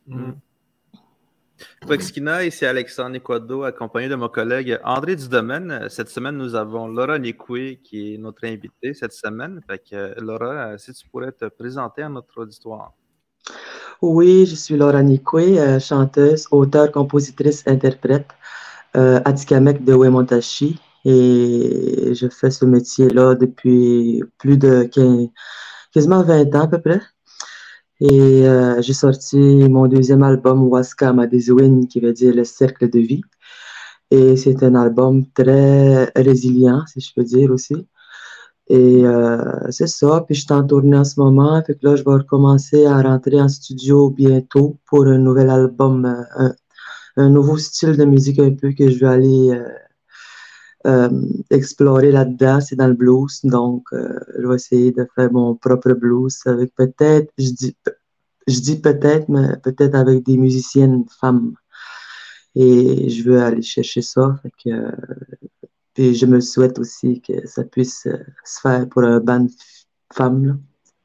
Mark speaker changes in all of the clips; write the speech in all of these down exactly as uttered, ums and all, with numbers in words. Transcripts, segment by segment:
Speaker 1: Mm. Voxkina, ici Alexandre Niquado, accompagné de mon collègue André Dudomaine. Cette semaine, nous avons Laura Nicoué qui est notre invitée cette semaine. Fait que, Laura, si tu pourrais te présenter à notre auditoire.
Speaker 2: Oui, je suis Laura Nicoué, euh, chanteuse, auteure, compositrice, interprète, euh, Atikamekw de Wemontachi. Et je fais ce métier-là depuis plus de quinze, quasiment vingt ans à peu près. Et euh, j'ai sorti mon deuxième album, Waska Madezouine, qui veut dire le cercle de vie. Et c'est un album très résilient, si je peux dire aussi. Et euh, c'est ça. Puis je suis en tournée en ce moment. Fait que là, je vais recommencer à rentrer en studio bientôt pour un nouvel album, euh, un, un nouveau style de musique un peu que je vais aller euh, euh, explorer là-dedans. C'est dans le blues. Donc, euh, je vais essayer de faire mon propre blues avec peut-être, je dis, je dis peut-être, mais peut-être avec des musiciennes femmes. Et je veux aller chercher ça. Fait que, euh, puis je me souhaite aussi que ça puisse euh, se faire pour un band femme, là.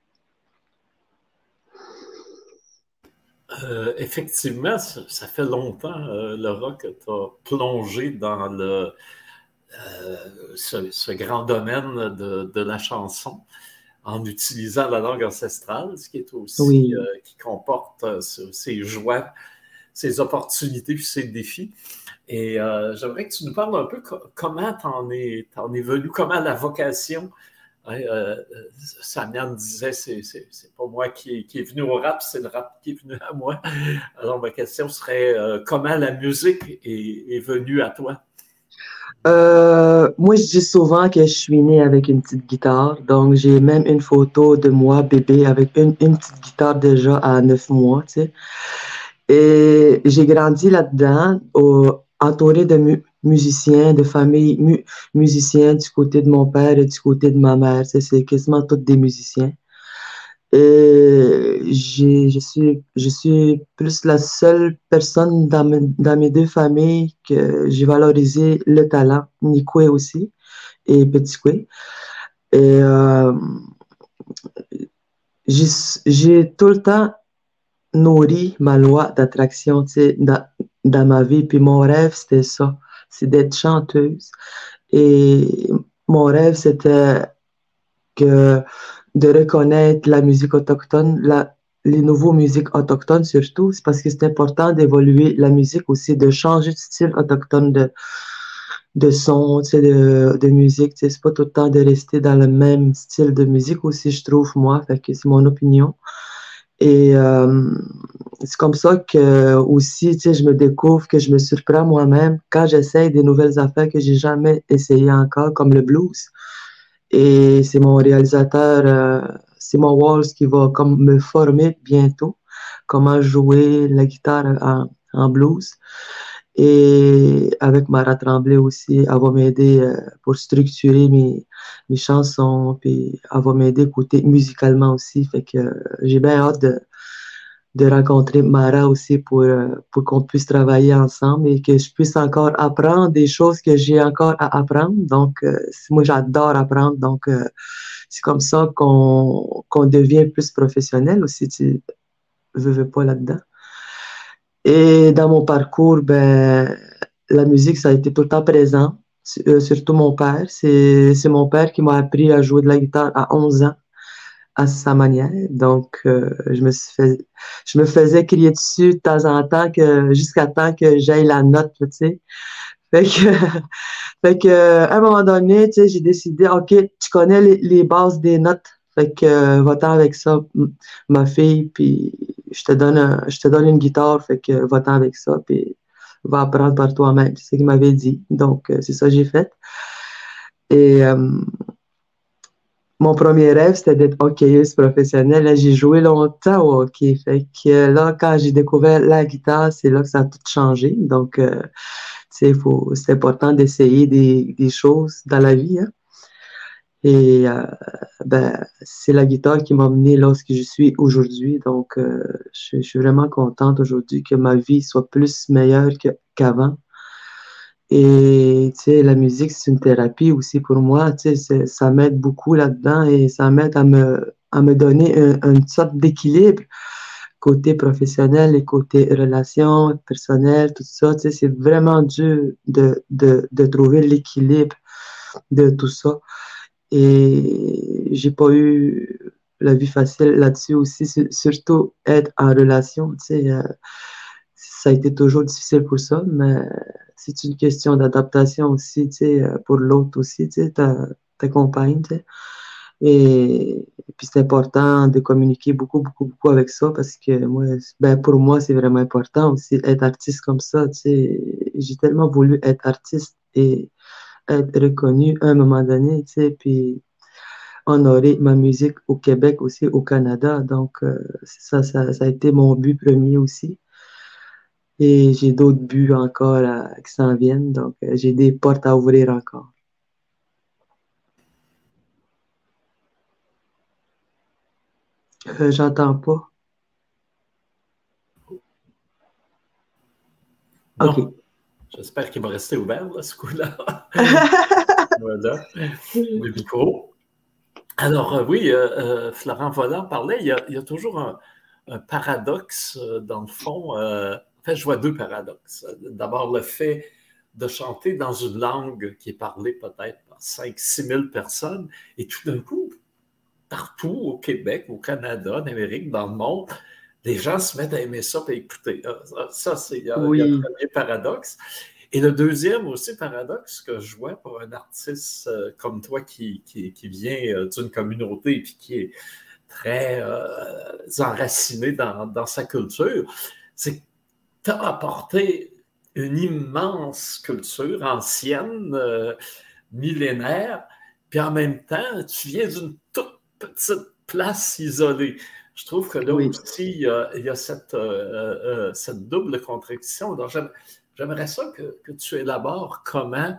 Speaker 3: Euh, effectivement, ça, ça fait longtemps, euh, Laura, que tu as plongé dans le, euh, ce, ce grand domaine de, de la chanson en utilisant la langue ancestrale, ce qui est aussi,
Speaker 2: Oui.
Speaker 3: euh, qui comporte euh, ses joies, ses opportunités puis ses défis. Et euh, j'aimerais que tu nous parles un peu co- comment t'en es, t'en es venu, comment la vocation. Hein, euh, Samian disait, c'est, c'est, c'est pas moi qui est, qui est venu au rap, c'est le rap qui est venu à moi. Alors, ma question serait, euh, comment la musique est, est venue à toi?
Speaker 2: Euh, moi, je dis souvent que je suis née avec une petite guitare. Donc, j'ai même une photo de moi, bébé, avec une, une petite guitare déjà à neuf mois, tu sais. Et j'ai grandi là-dedans, au- entourée de mu- musiciens, de familles mu- musiciens du côté de mon père et du côté de ma mère. Tu sais, c'est quasiment tous des musiciens. Et j'ai, je suis, je suis plus la seule personne dans, mes- dans mes deux familles que j'ai valorisé le talent, Nikwe aussi et Petit Kwe. Et euh, j'ai, j'ai tout le temps nourri ma loi d'attraction, tu sais, dans, dans ma vie. Puis mon rêve, c'était ça, c'est d'être chanteuse. Et mon rêve, c'était que de reconnaître la musique autochtone, la, les nouveaux musiques autochtones surtout, c'est parce que c'est important d'évoluer la musique aussi, de changer de style autochtone de, de son, tu sais, de, de musique. Tu sais, c'est pas tout le temps de rester dans le même style de musique aussi, je trouve, moi. Fait que c'est mon opinion. Et euh, c'est comme ça que aussi, tu sais, je me découvre, que je me surprends moi-même quand j'essaye des nouvelles affaires que j'ai jamais essayées encore, comme le blues. Et c'est mon réalisateur, euh, Simon Walls, qui va comme me former bientôt comment jouer la guitare en, en blues. Et avec Mara Tremblay aussi, elle va m'aider euh, pour structurer mes, mes chansons, puis elle va m'aider côté musicalement aussi. Fait que euh, j'ai bien hâte de, de rencontrer Mara aussi pour, euh, pour qu'on puisse travailler ensemble et que je puisse encore apprendre des choses que j'ai encore à apprendre. Donc, euh, moi, j'adore apprendre. Donc, euh, c'est comme ça qu'on qu'on devient plus professionnel aussi. Tu veux, veux pas là-dedans. Et dans mon parcours, ben, la musique, ça a été tout le temps présent. Euh, surtout mon père. C'est, c'est mon père qui m'a appris à jouer de la guitare à onze ans à sa manière. Donc, euh, je me suis fait, je me faisais crier dessus de temps en temps que, jusqu'à temps que j'aille la note, tu sais. Fait que, fait que, à un moment donné, tu sais, j'ai décidé, OK, tu connais les, les bases des notes. Fait que, euh, va-t'en avec ça, m- ma fille, puis je te donne un- je te donne une guitare, fait que va-t'en avec ça, puis va apprendre par toi-même. C'est ce qu'il m'avait dit. Donc, euh, c'est ça que j'ai fait. Et, euh, mon premier rêve, c'était d'être hockeyeuse professionnelle. Là, j'ai joué longtemps au hockey. Fait que euh, là, quand j'ai découvert la guitare, c'est là que ça a tout changé. Donc, euh, tu sais, faut, c'est important d'essayer des, des choses dans la vie, hein. Et euh, ben, c'est la guitare qui m'a mené là ce que je suis aujourd'hui. Donc, euh, je, je suis vraiment contente aujourd'hui que ma vie soit plus meilleure que, qu'avant. Et tu sais, la musique, c'est une thérapie aussi pour moi. Tu sais, c'est- ça m'aide beaucoup là-dedans et ça m'aide à me, à me donner un- une sorte d'équilibre côté professionnel et côté relations personnelles, tout ça, tu sais, c'est vraiment dur de, de, de trouver l'équilibre de tout ça. Et j'ai pas eu la vie facile là-dessus aussi, surtout être en relation, tu sais, euh, ça a été toujours difficile pour ça, mais c'est une question d'adaptation aussi, tu sais, pour l'autre aussi, tu sais, ta, ta compagne, tu sais. Et, et puis c'est important de communiquer beaucoup, beaucoup, beaucoup avec ça parce que moi, ben pour moi, c'est vraiment important aussi être artiste comme ça, tu sais. J'ai tellement voulu être artiste et être reconnu à un moment donné, tu sais, puis honorer ma musique au Québec aussi, au Canada. Donc, euh, ça, ça, ça a été mon but premier aussi. Et j'ai d'autres buts encore à, qui s'en viennent. Donc, euh, j'ai des portes à ouvrir encore. Euh, j'entends pas.
Speaker 3: Non.
Speaker 2: OK.
Speaker 3: J'espère qu'il va rester ouvert, là, ce coup-là. Voilà. Le micro. Alors, euh, oui, euh, euh, Florent Volant parlait, il y a, il y a toujours un, un paradoxe, euh, dans le fond. Euh, en fait, je vois deux paradoxes. D'abord, le fait de chanter dans une langue qui est parlée peut-être par cinq six mille personnes, et tout d'un coup, partout au Québec, au Canada, en Amérique, dans le monde, les gens se mettent à aimer ça et écouter. Ça, c'est il y a,
Speaker 2: Oui.
Speaker 3: il y a un premier paradoxe. Et le deuxième aussi paradoxe que je vois pour un artiste euh, comme toi qui, qui, qui vient euh, d'une communauté et qui est très euh, enraciné dans, dans sa culture, c'est que tu as apporté une immense culture ancienne, euh, millénaire, puis en même temps, tu viens d'une toute petite place isolée. Je trouve que là
Speaker 2: Oui.
Speaker 3: aussi, il y a, il y a cette, euh, euh, cette double contradiction. Donc, j'aime, j'aimerais ça que, que tu élabores comment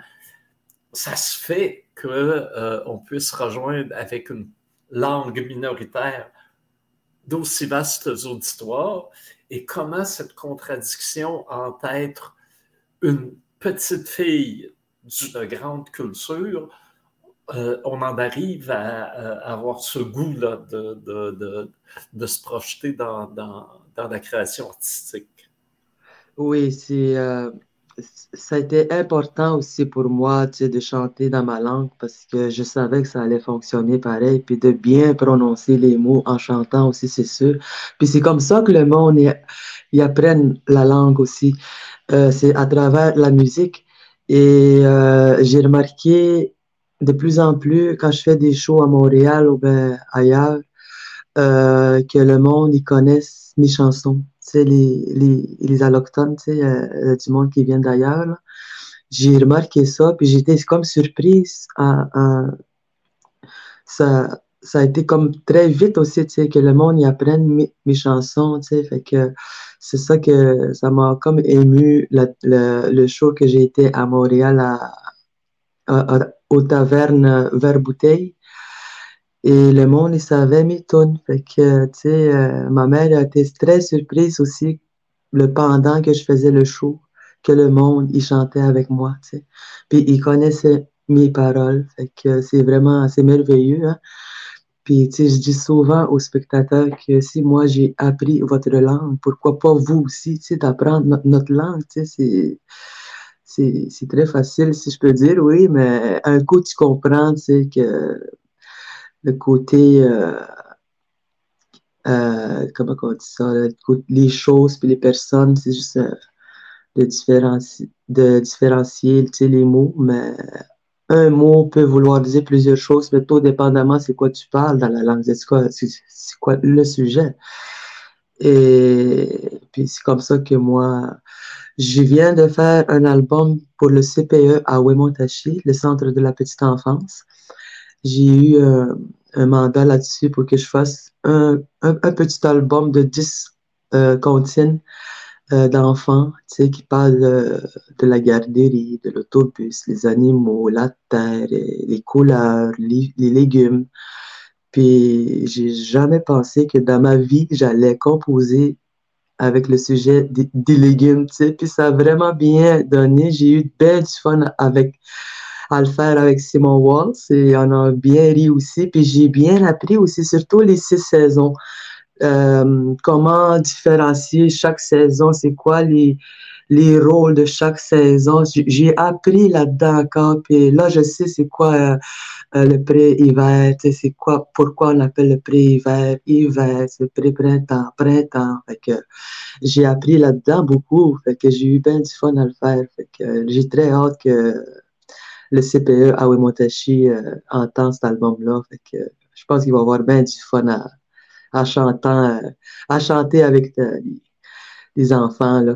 Speaker 3: ça se fait qu'on euh, puisse rejoindre avec une langue minoritaire d'aussi vastes auditoires et comment cette contradiction entre être une petite fille d'une grande culture, euh, on en arrive à, à avoir ce goût-là de, de, de, de se projeter dans, dans, dans la création artistique.
Speaker 2: Oui, c'est, euh, ça a été important aussi pour moi, tu sais, de chanter dans ma langue parce que je savais que ça allait fonctionner pareil, puis de bien prononcer les mots en chantant aussi, c'est sûr. Puis c'est comme ça que le monde y, y apprenne la langue aussi. Euh, c'est à travers la musique. Et euh, j'ai remarqué de plus en plus quand je fais des shows à Montréal ou ben ailleurs, euh, que le monde, ils connaissent mes chansons. Tu sais, les, les, les allochtones, tu sais, euh, du monde qui vient d'ailleurs, là. J'ai remarqué ça, puis j'étais comme surprise. À, à- ça, ça a été comme très vite aussi, tu sais, que le monde y apprenne mes, mes chansons, tu sais. Fait que c'est ça que ça m'a comme ému, la- le, le show que j'ai été à Montréal, à, à- à- aux tavernes Vert Bouteille. Et le monde, il savait mes tunes. Fait que, tu sais, euh, ma mère a été très surprise aussi, le pendant que je faisais le show, que le monde, il chantait avec moi, tu sais. Puis il connaissait mes paroles. Fait que c'est vraiment, c'est merveilleux, hein. Puis, tu sais, je dis souvent aux spectateurs que si moi j'ai appris votre langue, pourquoi pas vous aussi, tu sais, d'apprendre no- notre langue, tu sais, c'est, c'est, c'est très facile, si je peux dire, oui, mais un coup, tu comprends, tu sais, que le côté, euh, euh, comment on dit ça, le cô- les choses puis les personnes, c'est juste euh, de différencier, de différencier, tu sais, les mots, mais un mot peut vouloir dire plusieurs choses, mais tout dépendamment c'est quoi tu parles dans la langue, c'est quoi, c'est c'est quoi le sujet. Et puis c'est comme ça que moi, je viens de faire un album pour le C P E à Wemontachi, le Centre de la petite enfance. J'ai eu euh, un mandat là-dessus pour que je fasse un, un, un petit album de dix euh, comptines euh, d'enfants, tu sais, qui parlent euh, de la garderie, de l'autobus, les animaux, la terre, et les couleurs, les, les légumes. Puis j'ai jamais pensé que dans ma vie, j'allais composer avec le sujet des, des légumes, tu sais. Puis ça a vraiment bien donné. J'ai eu bien du fun avec à le faire avec Simon Waltz et on a bien ri aussi. Puis j'ai bien appris aussi, surtout les six saisons. euh, comment différencier chaque saison, c'est quoi les, les rôles de chaque saison. J'ai j'ai appris là-dedans encore, puis là, je sais c'est quoi euh, euh, le pré-hiver, tu sais, c'est quoi, pourquoi on appelle le pré-hiver, hiver, c'est pré-printemps, printemps. Fait que j'ai appris là-dedans beaucoup, fait que j'ai eu bien du fun à le faire. Fait que euh, j'ai très hâte que le C P E Awe Motashi euh, entende cet album-là. Fait que euh, je pense qu'il va avoir bien du fun à, à, chantant, euh, à chanter avec euh, les enfants, là.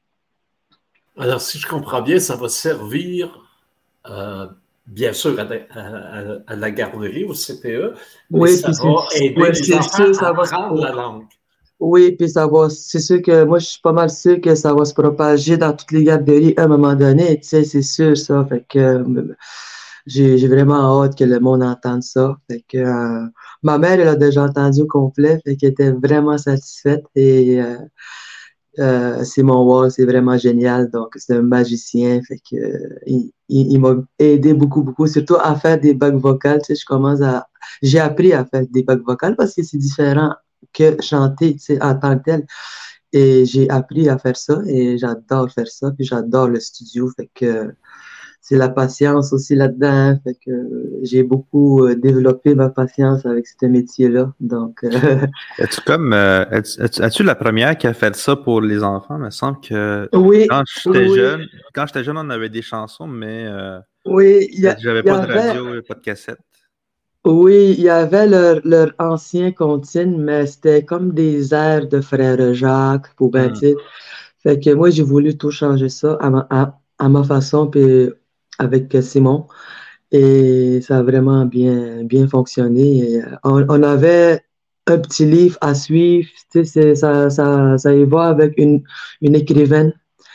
Speaker 3: Alors, si je comprends bien, ça va servir, euh, bien sûr, à la, à- à la garderie, au C P E, mais
Speaker 2: Oui,
Speaker 3: ça
Speaker 2: puis c'est
Speaker 3: va aider
Speaker 2: ouais,
Speaker 3: les
Speaker 2: c'est
Speaker 3: enfants
Speaker 2: sûr,
Speaker 3: à
Speaker 2: ça va se
Speaker 3: apprendre
Speaker 2: pro-
Speaker 3: la langue.
Speaker 2: oui, puis ça va, c'est sûr que moi, je suis pas mal sûr que ça va se propager dans toutes les garderies à un moment donné, tu sais, c'est sûr, ça. Fait que euh, j'ai, j'ai vraiment hâte que le monde entende ça. Fait que euh, ma mère, elle a déjà entendu au complet, fait qu'elle était vraiment satisfaite et euh, euh, Simon Wall, c'est vraiment génial. Donc, c'est un magicien. Fait que, euh, il, il, il m'a aidé beaucoup, beaucoup, surtout à faire des bacs vocales. Tu sais, je commence à, j'ai appris à faire des bacs vocales parce que c'est différent que chanter, tu sais, en tant que tel. Et j'ai appris à faire ça et j'adore faire ça. Puis j'adore le studio. Fait que, c'est la patience aussi là-dedans. Hein. Fait que euh, j'ai beaucoup euh, développé ma patience avec ce métier-là. Donc, euh,
Speaker 1: Es-tu comme, euh, es-tu, es-tu- es-tu la première qui a fait ça pour les enfants? Il me semble que
Speaker 2: oui,
Speaker 1: quand
Speaker 2: oui,
Speaker 1: j'étais
Speaker 2: oui,
Speaker 1: jeune, quand j'étais jeune, on avait des chansons, mais euh,
Speaker 2: oui. Il y, a-
Speaker 1: j'avais
Speaker 2: il y
Speaker 1: pas de
Speaker 2: avait
Speaker 1: radio, pas de cassette.
Speaker 2: Oui, il y avait leur, leur ancien comptine, mais c'était comme des airs de Frère Jacques, pour ben, tu
Speaker 1: Hmm.
Speaker 2: sais. Fait que moi, j'ai voulu tout changer ça à ma, à, à ma façon, puis avec Simon. Et ça a vraiment bien, bien fonctionné. Et, euh, on, on avait un petit livre à suivre, tu sais, c'est- ça, ça, ça y va avec une, une écrivaine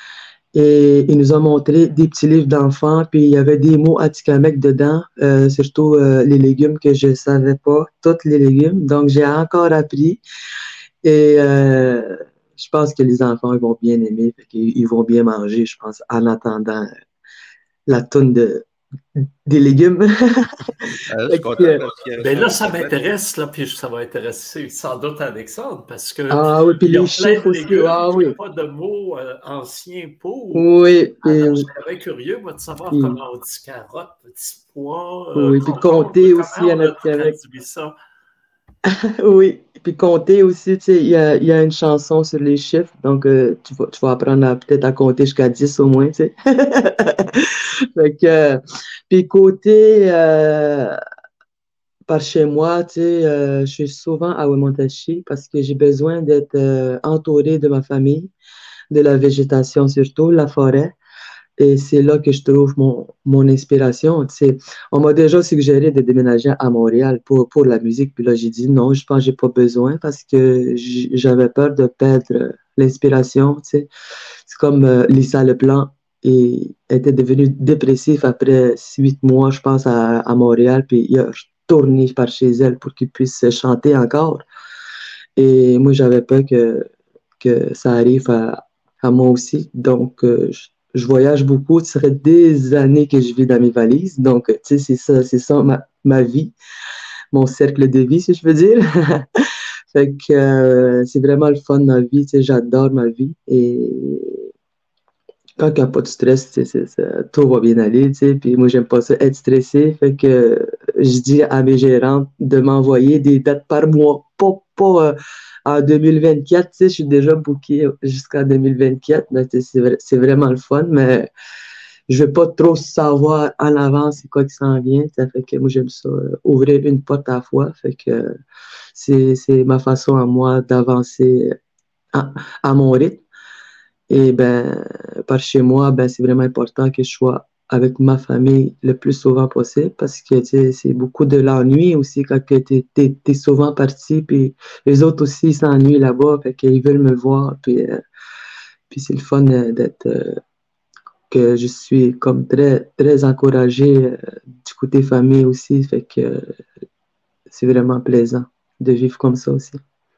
Speaker 2: et ils nous ont montré des petits livres d'enfants, puis il y avait des mots atikamekw dedans, euh, surtout euh, les légumes que je savais pas, tous les légumes. Donc, j'ai encore appris et euh, je pense que les enfants ils vont bien aimer, fait qu'ils- ils vont bien manger, je pense, en attendant la toune de, des légumes.
Speaker 1: Euh, je suis
Speaker 2: Fait
Speaker 1: content
Speaker 2: que,
Speaker 1: parce que
Speaker 3: Ben
Speaker 1: ça,
Speaker 3: là, ça
Speaker 1: ça va être.
Speaker 3: m'intéresse, là, puis ça va intéresser sans doute Alexandre, parce que
Speaker 2: ah oui, puis
Speaker 3: il y a
Speaker 2: les
Speaker 3: plein
Speaker 2: chiffres
Speaker 3: de
Speaker 2: aussi,
Speaker 3: légumes
Speaker 2: ah
Speaker 3: qu'il n'y a
Speaker 2: oui,
Speaker 3: pas de mots euh, anciens pour.
Speaker 2: oui, puis,
Speaker 3: Alors, je serais curieux, moi, de savoir
Speaker 2: puis-
Speaker 3: comment on dit carotte, petit pois, euh,
Speaker 2: oui, puis
Speaker 3: concombre,
Speaker 2: compter aussi
Speaker 3: comment
Speaker 2: à
Speaker 3: on a
Speaker 2: notre avec.
Speaker 3: traduit ça.
Speaker 2: Oui, puis compter aussi, tu sais, il y a, il y a une chanson sur les chiffres, donc euh, tu vas, tu vas apprendre à peut-être à compter jusqu'à dix au moins, tu sais. Fait que, euh, puis côté euh, par chez moi, tu sais, euh, je suis souvent à Wemontashi parce que j'ai besoin d'être euh, entourée de ma famille, de la végétation surtout, la forêt. Et c'est là que je trouve mon, mon inspiration. Tu sais, on m'a déjà suggéré de déménager à Montréal pour, pour la musique. Puis là, j'ai dit non, je pense que j'ai pas besoin parce que j- j'avais peur de perdre l'inspiration. Tu sais. C'est comme euh, Lisa Leblanc et était devenue dépressive après huit mois, je pense, à, à Montréal. Puis il a retourné par chez elle pour qu'il puisse chanter encore. Et moi, j'avais peur que, que ça arrive à, à moi aussi. Donc, euh, je, je voyage beaucoup. Ce serait des années que je vis dans mes valises. Donc, tu sais, c'est ça, c'est ça ma, ma vie, mon cercle de vie, si je veux dire. Fait que euh, c'est vraiment le fun de ma vie. Tu sais, j'adore ma vie. Et quand il n'y a pas de stress, tu sais, c'est- c'est- tout va bien aller. Tu sais. Puis moi, j'aime pas ça, être stressé. Fait que je dis à mes gérantes de m'envoyer des dates par mois. Pas, pas euh, en deux mille vingt-quatre, tu sais, je suis déjà booké jusqu'en deux mille vingt-quatre. Mais tu sais, c'est vra- c'est vraiment le fun. Mais je veux pas trop savoir en avance c'est quoi qui s'en vient. Ça fait que moi, j'aime ça, euh, ouvrir une porte à la fois. Fait que euh, c'est, c'est ma façon à moi d'avancer à, à mon rythme. Et ben, par chez moi, ben, c'est vraiment important que je sois avec ma famille le plus souvent possible parce que tu sais, c'est beaucoup de l'ennui aussi quand tu es, souvent parti. Puis les autres aussi ils s'ennuient là-bas, fait qu'ils veulent me voir. Puis, euh, puis c'est le fun euh, d'être, euh, que je suis comme très, très encouragé euh, du côté famille aussi. Fait que euh, c'est vraiment plaisant de vivre comme ça aussi.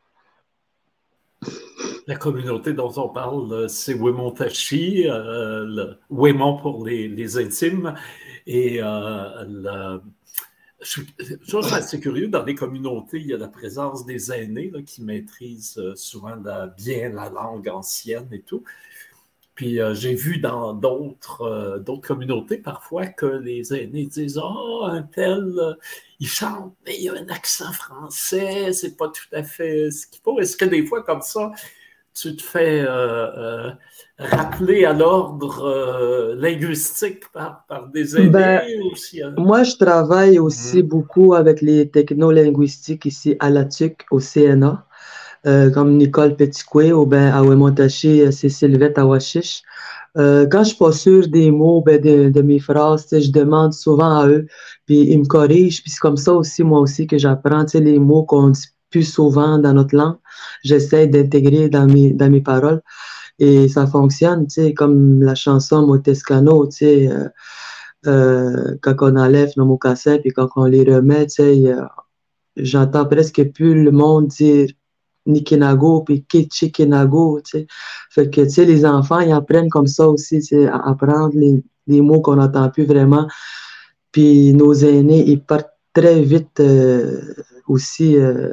Speaker 3: La communauté dont on parle, euh, c'est Wemontashi, euh, le Wemon pour les, les intimes, et euh, le- je suis toujours assez curieux. Dans les communautés, il y a la présence des aînés là, qui maîtrisent euh, souvent la, bien la langue ancienne et tout. Puis euh, j'ai vu dans d'autres euh, d'autres communautés parfois que les aînés disent « Oh, un tel, euh, il chante, mais il a un accent français, c'est pas tout à fait ce qu'il faut. » Est-ce que des fois, comme ça, tu te fais euh, euh, rappeler à l'ordre euh, linguistique par, par des aînés
Speaker 2: Ben,
Speaker 3: aussi? Hein?
Speaker 2: moi, je travaille aussi
Speaker 3: Mhm.
Speaker 2: beaucoup avec les technolinguistiques ici à la T U C, au C N A, euh, comme Nicole Petitcoué ou ben à Wemontaché, c'est Sylvette Awashish. Euh, quand je suis pas sûre des mots, ben de, de mes phrases, tu sais, je demande souvent à eux, puis ils me corrigent, puis c'est comme ça aussi, moi aussi, que j'apprends, tu sais, les mots qu'on dit plus souvent dans notre langue. J'essaie d'intégrer dans mes, dans mes paroles et ça fonctionne, tu sais, comme la chanson Motescano, tu sais, euh, euh, quand on enlève nos mocassins, puis quand on les remet, tu sais, euh, j'entends presque plus le monde dire Nikinago, puis Ketchikinago, tu sais. Fait que, tu sais, les enfants, ils apprennent comme ça aussi, tu sais, à apprendre les, les mots qu'on n'entend plus vraiment. Puis nos aînés, ils partent très vite euh, aussi euh,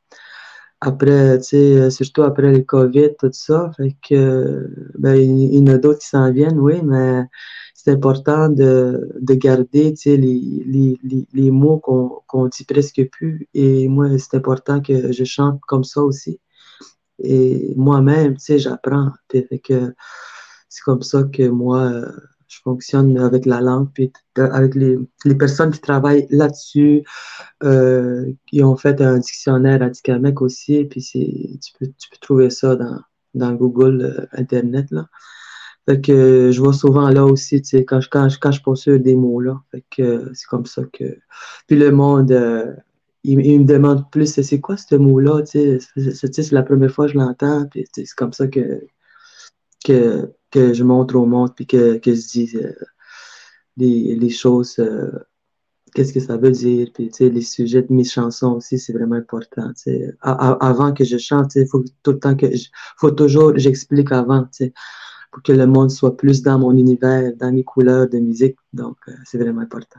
Speaker 2: après, tu sais, euh, surtout après le COVID, tout ça. Fait que, euh, ben, il, il y en a d'autres qui s'en viennent, oui, mais c'est important de, de garder, tu sais, les, les, les, les mots qu'on qu'on dit presque plus. Et moi, c'est important que je chante comme ça aussi. Et moi-même, tu sais, j'apprends. Puis, fait que c'est comme ça que moi, euh, je fonctionne avec la langue, puis euh, avec les, les personnes qui travaillent là-dessus, euh, qui ont fait un dictionnaire Atikamekw aussi, puis c'est, tu peux, tu peux trouver ça dans, dans Google, euh, Internet, là. Fait que je vois souvent là aussi, tu sais, quand je, quand je, quand je pose sur des mots, là. Fait que c'est comme ça que... Puis le monde, euh, il, il me demande plus, c'est c'est quoi ce mot-là, tu sais, c'est c'est- tu sais, c'est la première fois que je l'entends, puis tu sais, c'est comme ça que, que, que je montre au monde, puis que, que je dis euh, les, les choses, euh, qu'est-ce que ça veut dire, puis tu sais, les sujets de mes chansons aussi, c'est vraiment important, tu sais. A- a- avant que je chante, tu sais, il faut tout le temps que je, faut toujours, j'explique avant, tu sais, pour que le monde soit plus dans mon univers, dans mes couleurs de musique, donc euh, c'est vraiment important.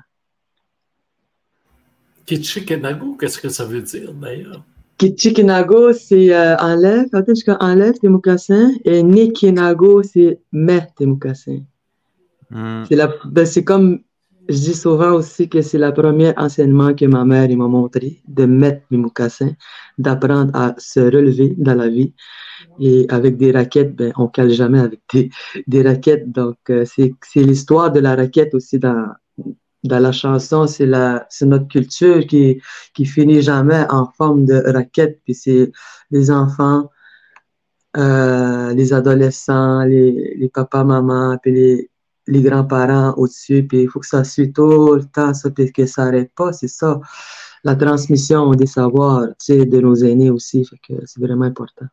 Speaker 3: Ketchikinago, qu'est-ce que ça veut dire d'ailleurs?
Speaker 2: Kitchikinago, c'est euh, enlève, attends, je enlève tes mocassins, et Nikinago, c'est mets tes mocassins.
Speaker 1: Hmm.
Speaker 2: C'est la, ben, c'est comme, je dis souvent aussi que c'est le premier enseignement que ma mère il m'a montré, de mettre mes mocassins, d'apprendre à se relever dans la vie. Et avec des raquettes, ben, on cale jamais avec des, des raquettes. Donc, euh, c'est, c'est l'histoire de la raquette aussi dans, dans la chanson. C'est la, c'est notre culture qui, qui finit jamais en forme de raquette. Puis c'est les enfants, euh, les adolescents, les, les papas, mamans, puis les, les grands-parents au-dessus, puis il faut que ça suit tout le temps, ça, puis que ça n'arrête pas, c'est ça, la transmission des savoirs, tu sais, de nos aînés aussi, fait que c'est vraiment important.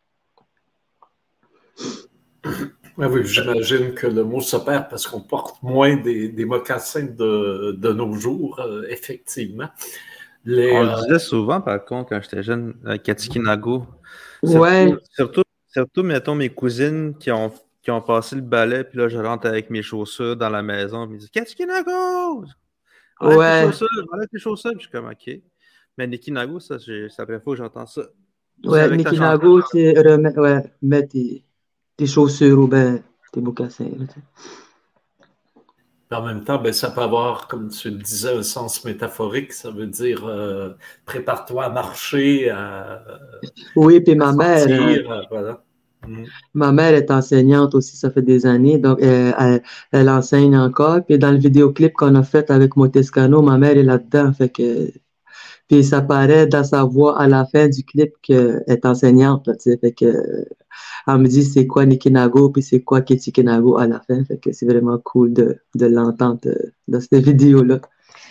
Speaker 3: Oui, oui, j'imagine que le mot se perd parce qu'on porte moins des, des mocassins de, de nos jours, euh, effectivement. Les,
Speaker 1: On le
Speaker 3: euh,
Speaker 1: disait souvent, par contre, quand j'étais jeune, euh, Katikinago.
Speaker 2: Ouais,
Speaker 1: Surtout, surtout, surtout, mettons, mes cousines qui ont, qui ont passé le balai, puis là, je rentre avec mes chaussures dans la maison, puis ils disent Katikinago! Enlève tes
Speaker 2: ouais,
Speaker 1: chaussures, enlève tes chaussures. Puis je suis comme, OK. Mais Nikinago, ça, j'ai- c'est la première fois que j'entends ça. C'est
Speaker 2: ouais,
Speaker 1: avec ta chanson.
Speaker 2: Nikinago, c'est remettre, ouais, mettre tes, tes chaussures ou ben tes mocassins, là, tu sais.
Speaker 3: en même temps, ben, ça peut avoir, comme tu le disais, un sens métaphorique. Ça veut dire euh, prépare-toi à marcher, à,
Speaker 2: Oui, puis
Speaker 3: à
Speaker 2: ma mère, euh,
Speaker 3: sortir. euh, voilà. Mm.
Speaker 2: ma mère est enseignante aussi, ça fait des années, donc euh, elle, elle enseigne encore. Puis dans le vidéoclip qu'on a fait avec Motescano, ma mère est là-dedans, fait que puis ça paraît dans sa voix à la fin du clip qu'elle est enseignante, là, tu sais, fait que euh, elle me dit c'est quoi Nikinago, puis c'est quoi Ketchikinago à la fin, fait que c'est vraiment cool de, de l'entendre euh, dans cette vidéo-là.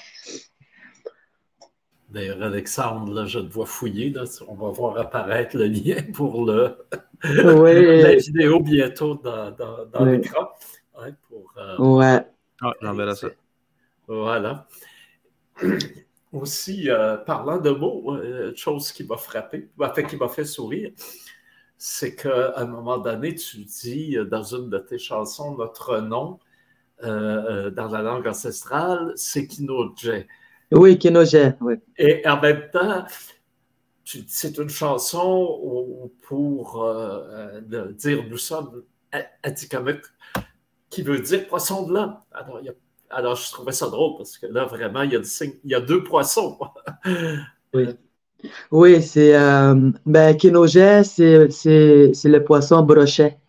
Speaker 3: D'ailleurs, Alexandre, là, je te vois fouiller. Là, on va voir apparaître le lien pour le, la
Speaker 2: Ouais,
Speaker 3: vidéo bientôt dans, dans, dans
Speaker 2: ouais,
Speaker 3: l'écran. Ouais, pour, euh,
Speaker 2: ouais.
Speaker 1: Ah, j'enverrai ça.
Speaker 3: voilà. Aussi, euh, parlant de mots, euh, chose qui m'a frappé, en fait, qui m'a fait sourire, c'est qu'à un moment donné, tu dis euh, dans une de tes chansons, notre nom, euh, euh, dans la langue ancestrale, c'est Kinodje.
Speaker 2: Oui, Kinogé, oui.
Speaker 3: Et en même temps, tu- c'est une chanson pour euh, de dire nous sommes Atikamekw, qui veut dire poisson blanc. Alors, il y a, alors, je trouvais ça drôle parce que là, vraiment, il y a, signe, il y a deux poissons.
Speaker 2: Oui, oui c'est euh, ben, Kinogé, c'est, c'est, c'est le poisson brochet.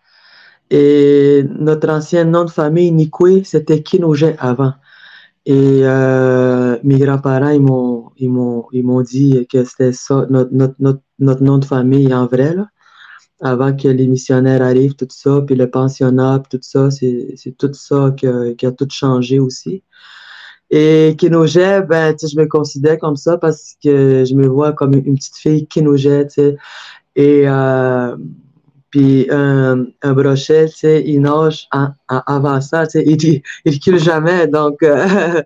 Speaker 2: Et notre ancien nom de famille, Nikwe, c'était Kinogé avant. Et euh, mes grands-parents, ils m'ont, ils m'ont, ils m'ont dit que c'était ça, notre, notre, notre, notre nom de famille en vrai, là. Avant que les missionnaires arrivent, tout ça, puis le pensionnat, puis tout ça, c'est, c'est tout ça qui a, qui a tout changé aussi. Et Kinogé, ben, tu sais, je me considère comme ça parce que je me vois comme une petite fille Kinogé, tu sais. Et euh, puis un, un brochet, tu sais, il nage en, en- avant ça, tu sais, il, il, il recule jamais. Donc, euh,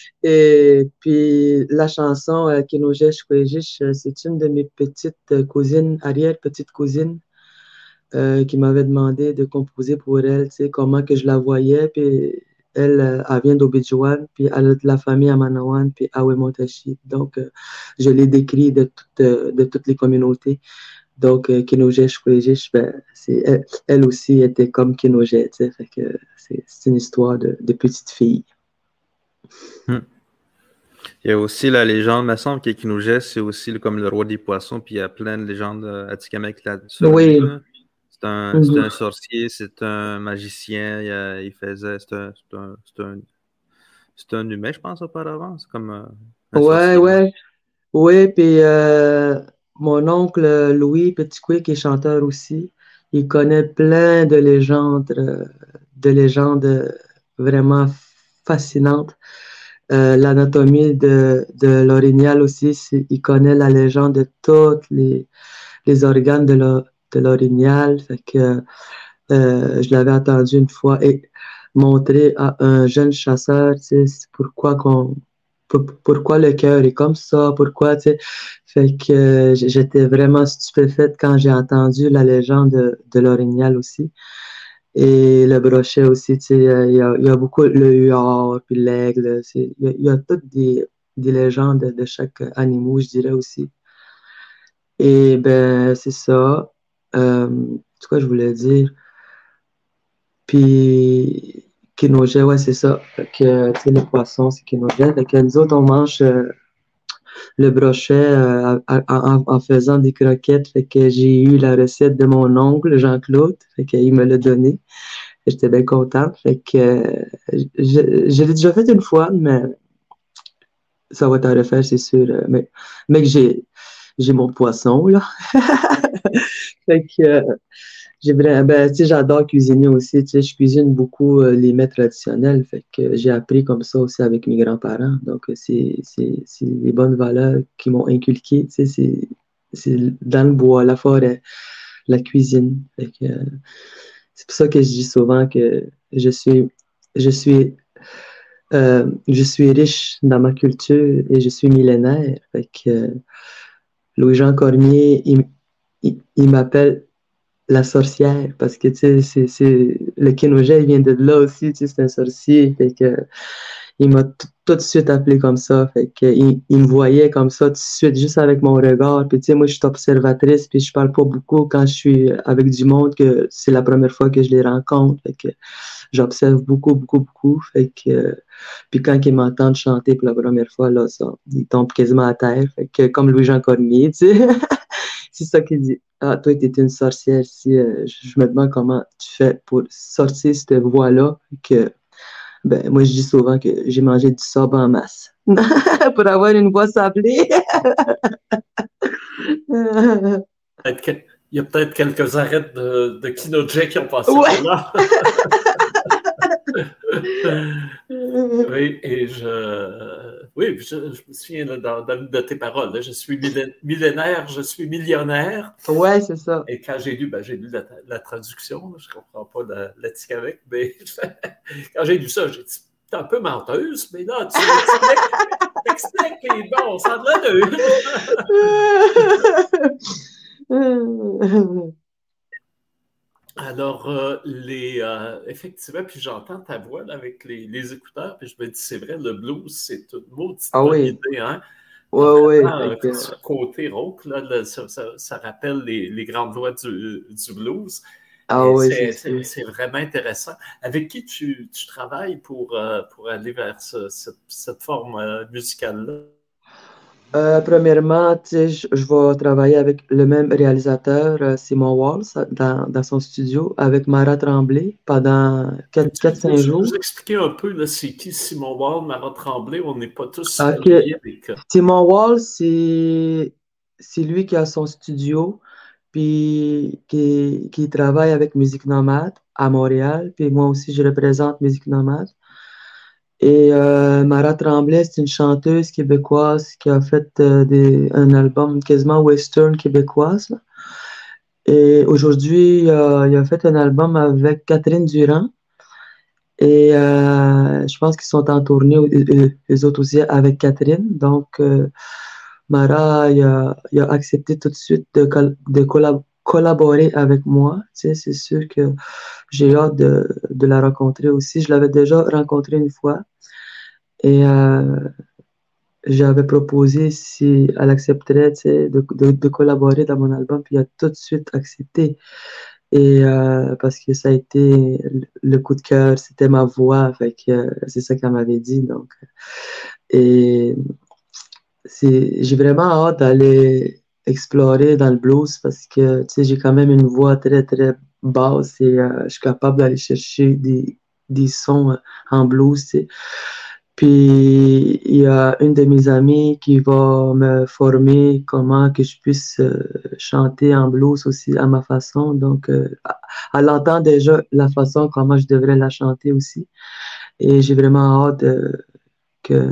Speaker 2: et puis la chanson euh, Kinogé Shkwejish, c'est une de mes petites cousines, arrière-petite cousine, euh, qui m'avait demandé de composer pour elle, tu sais, comment que je la voyais. Puis elle, euh, elle vient d'Obidjouan, puis elle a de la famille à Manawan, puis à Wemontashi. Donc, euh, je l'ai décrit de, toutes euh, de toutes les communautés. Donc, euh, Kinogé Shkwejish, ben, c'est, elle, elle aussi était comme Kinogé, tu sais, fait que c'est, c'est une histoire de, de petite fille.
Speaker 1: Hmm. Il y a aussi la légende, il me semble que Kinogé, c'est aussi le- comme le roi des poissons, puis il y a plein de légendes euh, atikamekw là, sur lui,
Speaker 2: Oui.
Speaker 1: là. C'est un, c'est un
Speaker 2: Mhm.
Speaker 1: sorcier, c'est un magicien, il, a- il faisait, c'est un, c'est un, c'est un, c'est un humain, je pense, auparavant. C'est comme euh, un
Speaker 2: Ouais,
Speaker 1: sorcier blanc.
Speaker 2: ouais. Oui, puis euh, mon oncle Louis Petitcoué, qui est chanteur aussi, il connaît plein de légendes, euh, de légendes euh, vraiment fascinantes. Euh, l'anatomie de, de l'orignal aussi, c'est- il connaît la légende de tous les, les organes de l'o- de l'orignal. Fait que euh, je l'avais entendu une fois et montrer à un jeune chasseur, tu sais, c'est pourquoi qu'on, pour- pourquoi le cœur est comme ça, pourquoi, tu sais. Fait que euh, j- j'étais vraiment stupéfaite quand j'ai entendu la légende de, de l'orignal aussi. Et le brochet aussi, tu sais, euh, il y a, il y a beaucoup le huard, puis l'aigle, c'est, il y a, il y a toutes des, des légendes de, de chaque animal, je dirais aussi. Et ben, c'est ça. Euh, c'est quoi je voulais dire? Puis, Kinojet, ouais, c'est ça. Fait que, tu sais, le poisson, c'est Kinojet. Fait que nous autres, on mange euh, le brochet euh, en, en- en faisant des croquettes. Fait que j'ai eu la recette de mon oncle, Jean-Claude. Fait qu'il me l'a donné. J'étais bien contente. Fait que euh, je, je l'ai déjà fait une fois, mais ça va être à refaire, c'est sûr. Euh, Mais, mais que j'ai, j'ai mon poisson, là. Fait que, euh, J'ai vra- ben, tu sais, j'adore cuisiner aussi. Tu sais, je cuisine beaucoup euh, les mets traditionnels. Fait que j'ai appris comme ça aussi avec mes grands-parents. Donc, euh, c'est, c'est, c'est les bonnes valeurs qui m'ont inculqué. Tu sais, c'est, c'est dans le bois, la forêt, la cuisine. Fait que, euh, c'est pour ça que je dis souvent que je suis, je suis, euh, je suis riche dans ma culture et je suis millénaire. Fait que euh, Louis-Jean Cormier, il, il, il m'appelle la sorcière, parce que, tu sais, c'est, c'est, le Kenogé, il vient de là aussi, tu sais, c'est un sorcier, fait que, il m'a t- tout de suite appelé comme ça, fait que, il, il me voyait comme ça tout de suite, juste avec mon regard, puis tu sais, moi, je suis observatrice, puis je parle pas beaucoup quand je suis avec du monde, que c'est la première fois que je les rencontre, fait que, j'observe beaucoup, beaucoup, beaucoup, fait que, puis quand ils m'entendent chanter pour la première fois, là, ça, ils tombent quasiment à terre, fait que, comme Louis-Jean Cormier, tu sais. C'est ça qu'il dit. Ah, toi, tu es une sorcière. Si, euh, je je me demande comment tu fais pour sortir cette voie-là. Que, ben, moi, je dis souvent que j'ai mangé du sable en masse pour avoir une voix sablée.
Speaker 3: Peut-être que- il y a peut-être quelques arrêts de, de Kinogé qui ont passé par
Speaker 2: Ouais.
Speaker 3: là. Oui, et je, oui, je, je me souviens là, dans, dans une de tes paroles, là, je suis millé- millénaire, je suis millionnaire.
Speaker 2: Ouais, c'est ça.
Speaker 3: Et quand j'ai lu, ben, j'ai lu la, la traduction, là, je ne comprends pas la, la avec, mais quand j'ai lu ça, j'ai dit, t'es un peu menteuse, mais là, tu expliques les bons, ça a l'air de... Alors, euh, les, euh, effectivement, puis j'entends ta voix là, avec les, les écouteurs, puis je me dis, c'est vrai, le blues, c'est une maudite
Speaker 2: Ah
Speaker 3: bonne
Speaker 2: oui,
Speaker 3: idée, hein?
Speaker 2: ouais, ouais.
Speaker 3: Vraiment,
Speaker 2: Fait
Speaker 3: euh,
Speaker 2: que,
Speaker 3: ce côté rock, là, là, ça, ça- ça rappelle les, les grandes voix du, du blues.
Speaker 2: ah
Speaker 3: Et
Speaker 2: ouais, c'est
Speaker 3: c'est
Speaker 2: sûr.
Speaker 3: c'est- c'est vraiment intéressant. Avec qui tu, tu travailles pour, euh, pour aller vers ce- cette, cette forme euh, musicale-là?
Speaker 2: Euh, premièrement, tu sais, je, je vais travailler avec le même réalisateur, euh, Simon Walls, dans, dans son studio, avec Mara Tremblay pendant
Speaker 3: Peux-tu
Speaker 2: quatre cinq
Speaker 3: peux-tu nous
Speaker 2: jours.
Speaker 3: expliquer un peu, là, c'est qui Simon Wall, Mara Tremblay? On n'est pas tous
Speaker 2: Ok,
Speaker 3: familiers avec. euh,
Speaker 2: Simon Walls, c'est c'est lui qui a son studio, puis qui, qui travaille avec Musique Nomade à Montréal, puis moi aussi, je représente Musique Nomade. Et euh, Mara Tremblay, c'est une chanteuse québécoise qui a fait euh, des, un album quasiment western québécoise, là. Et aujourd'hui, il a, il a fait un album avec Catherine Durand. Et euh, je pense qu'ils sont en tournée, eux- eux- les autres aussi, avec Catherine. Donc, euh, Mara, il a, il a accepté tout de suite de, col- de collab- collaborer avec moi. Tu sais, c'est sûr que j'ai hâte de, de la rencontrer aussi. Je l'avais déjà rencontrée une fois. Et euh, j'avais proposé si elle accepterait, tu sais, de, de, de collaborer dans mon album, puis elle a tout de suite accepté. Et euh, parce que ça a été le le coup de cœur, c'était ma voix, fait que euh, c'est ça qu'elle m'avait dit. Donc, et c'est, j'ai vraiment hâte d'aller explorer dans le blues parce que tu sais, j'ai quand même une voix très très basse et euh, je suis capable d'aller chercher des, des sons euh, en blues, tu sais. Puis il y a une de mes amies qui va me former comment que je puisse euh, chanter en blues aussi à ma façon. Donc, euh, elle entend déjà la façon comment je devrais la chanter aussi. Et j'ai vraiment hâte euh, que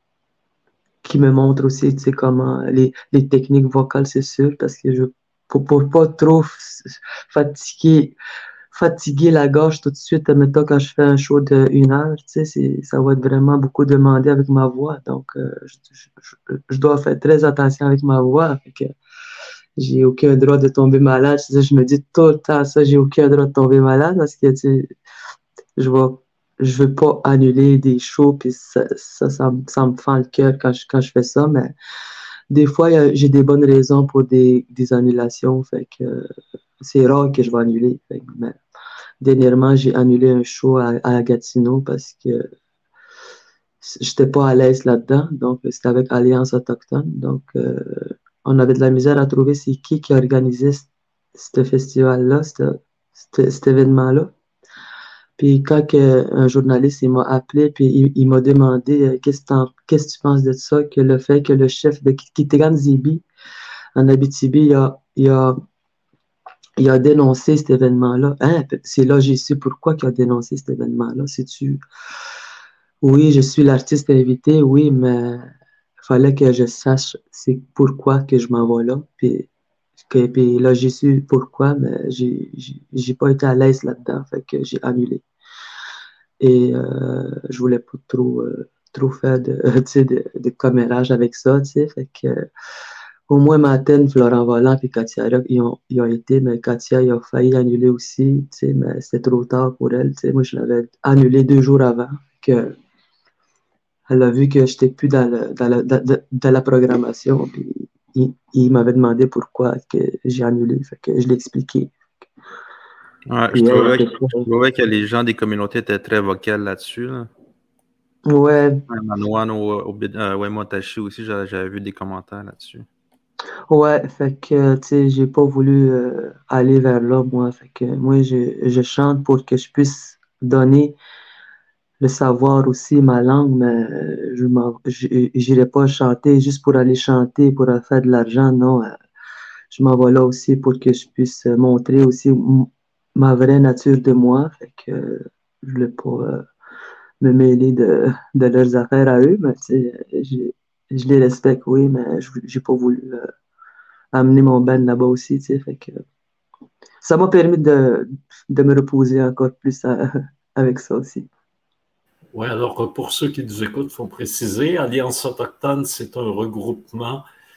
Speaker 2: qui me montre aussi, tu sais, comment les, les techniques vocales, c'est sûr, parce que je pour, pour pas trop f- fatiguer fatiguer la gorge tout de suite, admettons, quand je fais un show de une heure, tu sais, c'est, ça va être vraiment beaucoup demandé avec ma voix. Donc, euh, je, je- je- je dois faire très attention avec ma voix. Fait que j'ai aucun droit de tomber malade. Je, je me dis tout le temps ça, j'ai aucun droit de tomber malade parce que, tu sais, je vais, je veux pas annuler des shows, puis ça, ça, ça, me ça me fend le cœur quand je, quand je fais ça, mais des fois, il y a- j'ai des bonnes raisons pour des, des annulations, fait que euh, c'est rare que je vais annuler. Fait que, mais dernièrement, j'ai annulé un show à, à Gatineau parce que j'étais pas à l'aise là-dedans, donc c'était avec Alliance Autochtone, donc euh, on avait de la misère à trouver c'est qui qui organisait c- ce festival-là, ce- ce- cet événement-là. Puis quand que un journaliste il m'a appelé, puis il, il m'a demandé euh, qu'est-ce que t'en- qu'est-ce que tu penses de ça, que le fait que le chef de Ki- Kitigan Zibi en Abitibi, il a, il a, il a dénoncé cet événement-là. Hein, c'est là que j'ai su pourquoi il a dénoncé cet événement-là. C'est-tu... Oui, je suis l'artiste invité, oui, mais il fallait que je sache c'est pourquoi que je m'en vais là. Puis, que, puis là, j'ai su pourquoi, mais j'ai, j'ai j'ai pas été à l'aise là-dedans, fait que j'ai annulé. Et euh, je voulais pas trop, euh, trop faire de, tu sais, de, de commérage avec ça, tu sais. Fait que, euh, au moins, Maten, Florent Volant et Katia Rock, ils ont, ils ont été, mais Katia, il a failli annuler aussi, tu sais, mais c'était trop tard pour elle, tu sais. Moi, je l'avais annulé deux jours avant, que elle a vu que j'étais plus dans, le, dans, la, dans, dans- dans la programmation, puis il, il m'avait demandé pourquoi que j'ai annulé, fait que je l'ai expliqué.
Speaker 1: Ouais, je
Speaker 2: Puis elle
Speaker 1: trouvais,
Speaker 2: était
Speaker 1: je trouvais que les gens des communautés étaient très vocales là-dessus, là.
Speaker 2: ouais,
Speaker 1: Même Anouane ou au Bid- euh, Wemotachi aussi, j'a- j'avais vu des commentaires là-dessus.
Speaker 2: ouais, fait que, tu sais, j'ai pas voulu euh, aller vers là, moi. Fait que moi, je, je chante pour que je puisse donner le savoir aussi, ma langue, mais euh, je m'en, j- j'irai pas chanter juste pour aller chanter, pour euh, faire de l'argent, non. euh, Je m'en vais là aussi pour que je puisse euh, montrer aussi m- ma vraie nature de moi. Fait que euh, je voulais pas euh, me mêler de, de leurs affaires à eux, mais tu sais, euh, je, je les respecte, oui, mais je j'ai pas voulu euh, amener mon band là-bas aussi, tu sais, fait que ça m'a permis de, de me reposer encore plus à- avec ça aussi.
Speaker 3: Oui, alors pour ceux qui nous écoutent, il faut préciser, Alliance autochtone, c'est un regroupement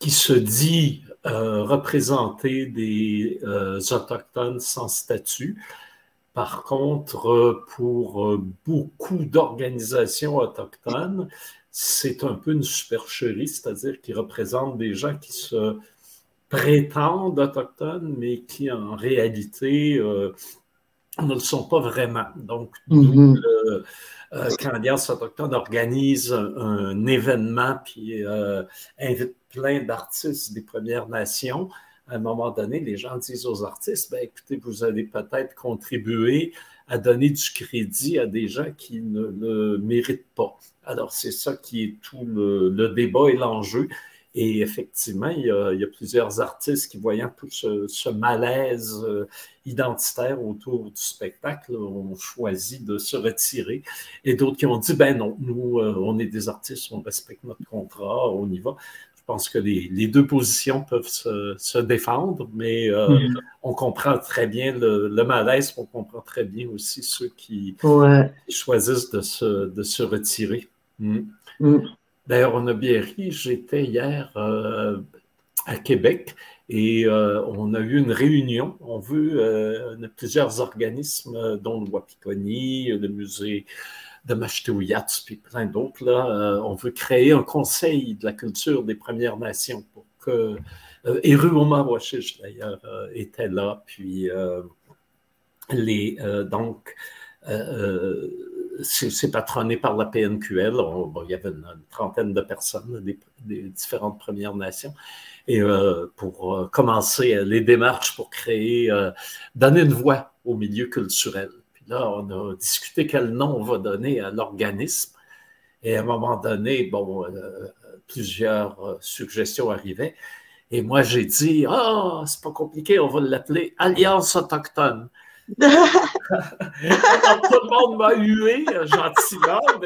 Speaker 3: qui se dit euh, représenter des euh, Autochtones sans statut. Par contre, pour beaucoup d'organisations autochtones, c'est un peu une supercherie, c'est-à-dire qu'ils représentent des gens qui se prétendent autochtones, mais qui en réalité euh, ne le sont pas vraiment. Donc, nous,
Speaker 2: Mhm.
Speaker 3: le, euh, quand l'Alliance autochtone organise un, un événement puis euh, invite plein d'artistes des Premières Nations, à un moment donné, les gens disent aux artistes, ben, écoutez, vous allez peut-être contribuer à donner du crédit à des gens qui ne le méritent pas. Alors, c'est ça qui est tout le, le débat et l'enjeu. Et effectivement, il y, a, il y a plusieurs artistes qui, voyant tout ce, ce malaise euh, identitaire autour du spectacle, ont choisi de se retirer. Et d'autres qui ont dit, ben non, nous, euh, on est des artistes, on respecte notre contrat, on y va. Je pense que les, les deux positions peuvent se, se défendre, mais euh, mm-hmm. on comprend très bien le, le malaise, on comprend très bien aussi ceux qui,
Speaker 2: ouais.
Speaker 3: qui choisissent de se, de se retirer. Mm.
Speaker 2: Mm.
Speaker 3: D'ailleurs, on a bien ri, j'étais hier euh, à Québec et euh, on a eu une réunion. On veut, euh, on a plusieurs organismes, dont le Wapikoni, le musée de Mashteuiatsi, puis plein d'autres, là, euh, on veut créer un conseil de la culture des Premières Nations pour que... Euh, et Ruoma Washish, d'ailleurs, euh, était là, puis euh, les... Euh, donc, euh, c'est patronné par la P N Q L, on, bon, il y avait une, une trentaine de personnes des, des différentes Premières Nations, et euh, pour euh, commencer les démarches pour créer, euh, donner une voix au milieu culturel. Là, on a discuté quel nom on va donner à l'organisme. Et à un moment donné, bon, euh, plusieurs euh, suggestions arrivaient. Et moi, j'ai dit, ah, oh, c'est pas compliqué, on va l'appeler Alliance autochtone. Alors, tout le monde m'a hué gentiment, mais...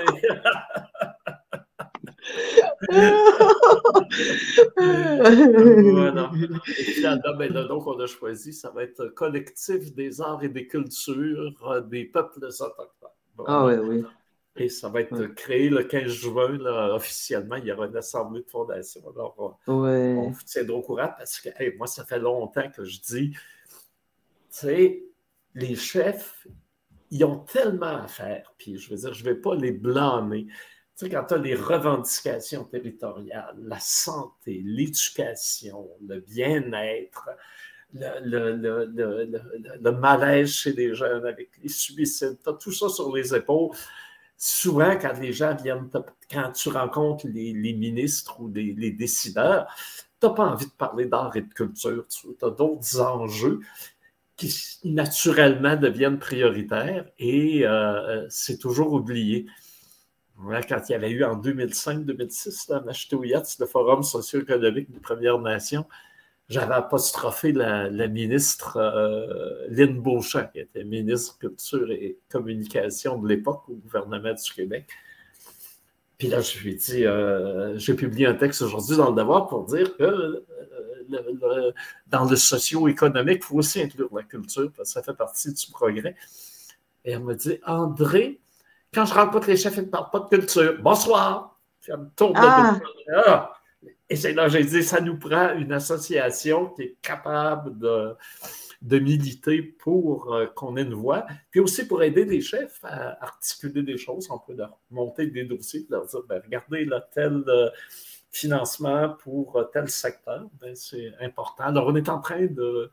Speaker 3: Voilà. Et puis là, ben là, donc, on a choisi, ça va être Collectif des arts et des cultures des peuples autochtones. Voilà.
Speaker 2: Ah oui, oui.
Speaker 3: Et ça va être créé le quinze juin, là, officiellement. Il y aura une assemblée de fondation. Alors,
Speaker 2: ouais.
Speaker 3: on vous tiendra au courant parce que hey, moi, ça fait longtemps que je dis, tu sais, les chefs, ils ont tellement à faire. Puis, je veux dire, je ne vais pas les blâmer. Tu sais, quand tu as les revendications territoriales, la santé, l'éducation, le bien-être, le, le, le, le, le malaise chez les jeunes avec les suicides, tu as tout ça sur les épaules. Souvent, quand les gens viennent, quand tu rencontres les, les ministres ou les, les décideurs, tu n'as pas envie de parler d'art et de culture. Tu as d'autres enjeux qui naturellement deviennent prioritaires et euh, c'est toujours oublié. Quand il y avait eu en deux mille cinq deux mille six, à Mashteuiatsi, le Forum socio-économique des Premières Nations, j'avais apostrophé la, la ministre euh, Lynn Beauchamp, qui était ministre Culture et Communication de l'époque au gouvernement du Québec. Puis là, je lui ai dit, euh, j'ai publié un texte aujourd'hui dans Le Devoir pour dire que euh, le, le, dans le socio-économique, il faut aussi inclure la culture, parce que ça fait partie du progrès. Et elle m'a dit, André, quand je rencontre les chefs, ils ne parlent pas de culture. Bonsoir! Puis elle me tourne
Speaker 2: ah.
Speaker 3: le dos. Ah. Et c'est là que j'ai dit, ça nous prend une association qui est capable de, de militer pour euh, qu'on ait une voix, puis aussi pour aider les chefs à articuler des choses. On peut leur monter des dossiers et leur dire, ben, regardez, là, tel euh, financement pour euh, tel secteur, ben, c'est important. Alors, on est en train de,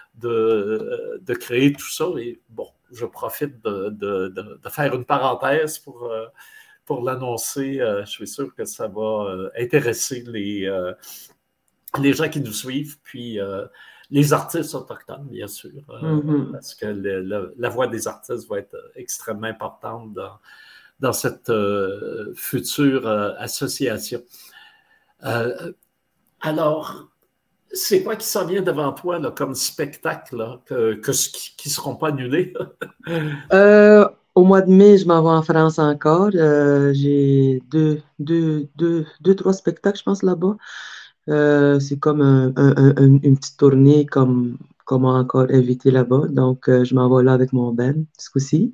Speaker 3: de, de créer tout ça et bon, je profite de, de, de, de faire une parenthèse pour... Euh, pour l'annoncer. Euh, je suis sûr que ça va euh, intéresser les, euh, les gens qui nous suivent, puis euh, les artistes autochtones, bien sûr, euh, mm-hmm. parce que le, le, la voix des artistes va être extrêmement importante dans, dans cette euh, future euh, association. Euh, alors, c'est quoi qui s'en vient devant toi là, comme spectacle là, que, que, qui ne seront pas annulés?
Speaker 2: euh, Au mois de mai, je m'en vais en France encore. Euh, j'ai deux, deux, deux, deux, trois spectacles, je pense, là-bas. Euh, c'est comme un, un, un, une petite tournée comme, comme encore invité là-bas. Donc, euh, je m'en vais là avec mon band, ce coup-ci.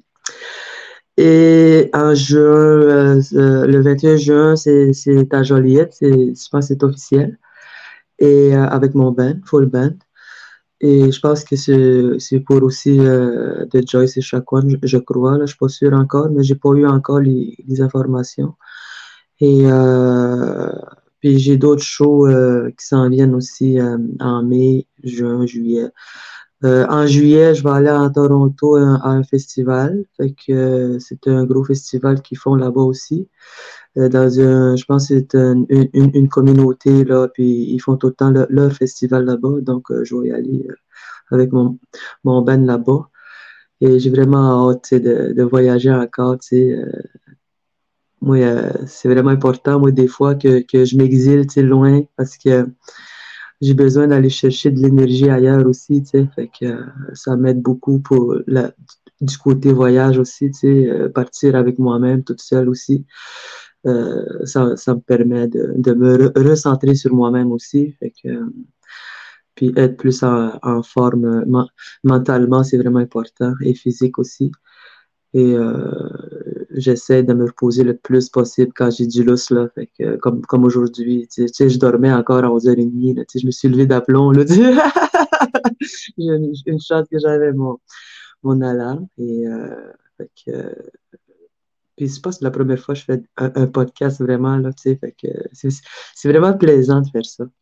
Speaker 2: Et en juin, euh, le vingt et un juin, c'est à Joliette. Je pense que c'est officiel. et euh, avec mon band, full band. Et je pense que c'est, c'est pour aussi euh, de Joyce et Shaquan, je, je crois, là, je suis pas sûr encore, mais j'ai pas eu encore les, les informations. Et euh, puis j'ai d'autres shows euh, qui s'en viennent aussi euh, en mai, juin, juillet. Euh, en juillet, je vais aller à Toronto à, à un festival. Fait que euh, c'est un gros festival qu'ils font là-bas aussi. Euh, dans un, je pense que c'est un- une, une, une communauté là, puis ils font tout le temps le- leur festival là-bas. Donc euh, je vais y aller euh, avec mon, mon band là-bas. Et j'ai vraiment hâte, tu sais, de, de voyager encore, tu sais. Euh, moi, euh, c'est vraiment important, moi, des fois, que, que je m'exile, tu sais, loin, parce que j'ai besoin d'aller chercher de l'énergie ailleurs aussi, tu sais. Fait que euh, ça m'aide beaucoup pour la, du côté voyage aussi, tu sais, euh, partir avec moi-même toute seule aussi. Euh, ça, ça me permet de, de me re- recentrer sur moi-même aussi. Fait que, euh, puis être plus en, en forme euh, men- mentalement, c'est vraiment important, et physique aussi. Et euh, j'essaie de me reposer le plus possible quand j'ai du lousse, là. Fait que, comme, comme aujourd'hui, tu sais, tu sais, je dormais encore à onze heures trente, là, tu sais, je me suis levé d'aplomb, là, tu sais. J'ai une, une chance que j'avais mon, mon alarme. Et, euh, fait que, euh, puis c'est pas la première fois que je fais un, un podcast vraiment, là, tu sais. Fait que c'est c'est vraiment plaisant de faire ça.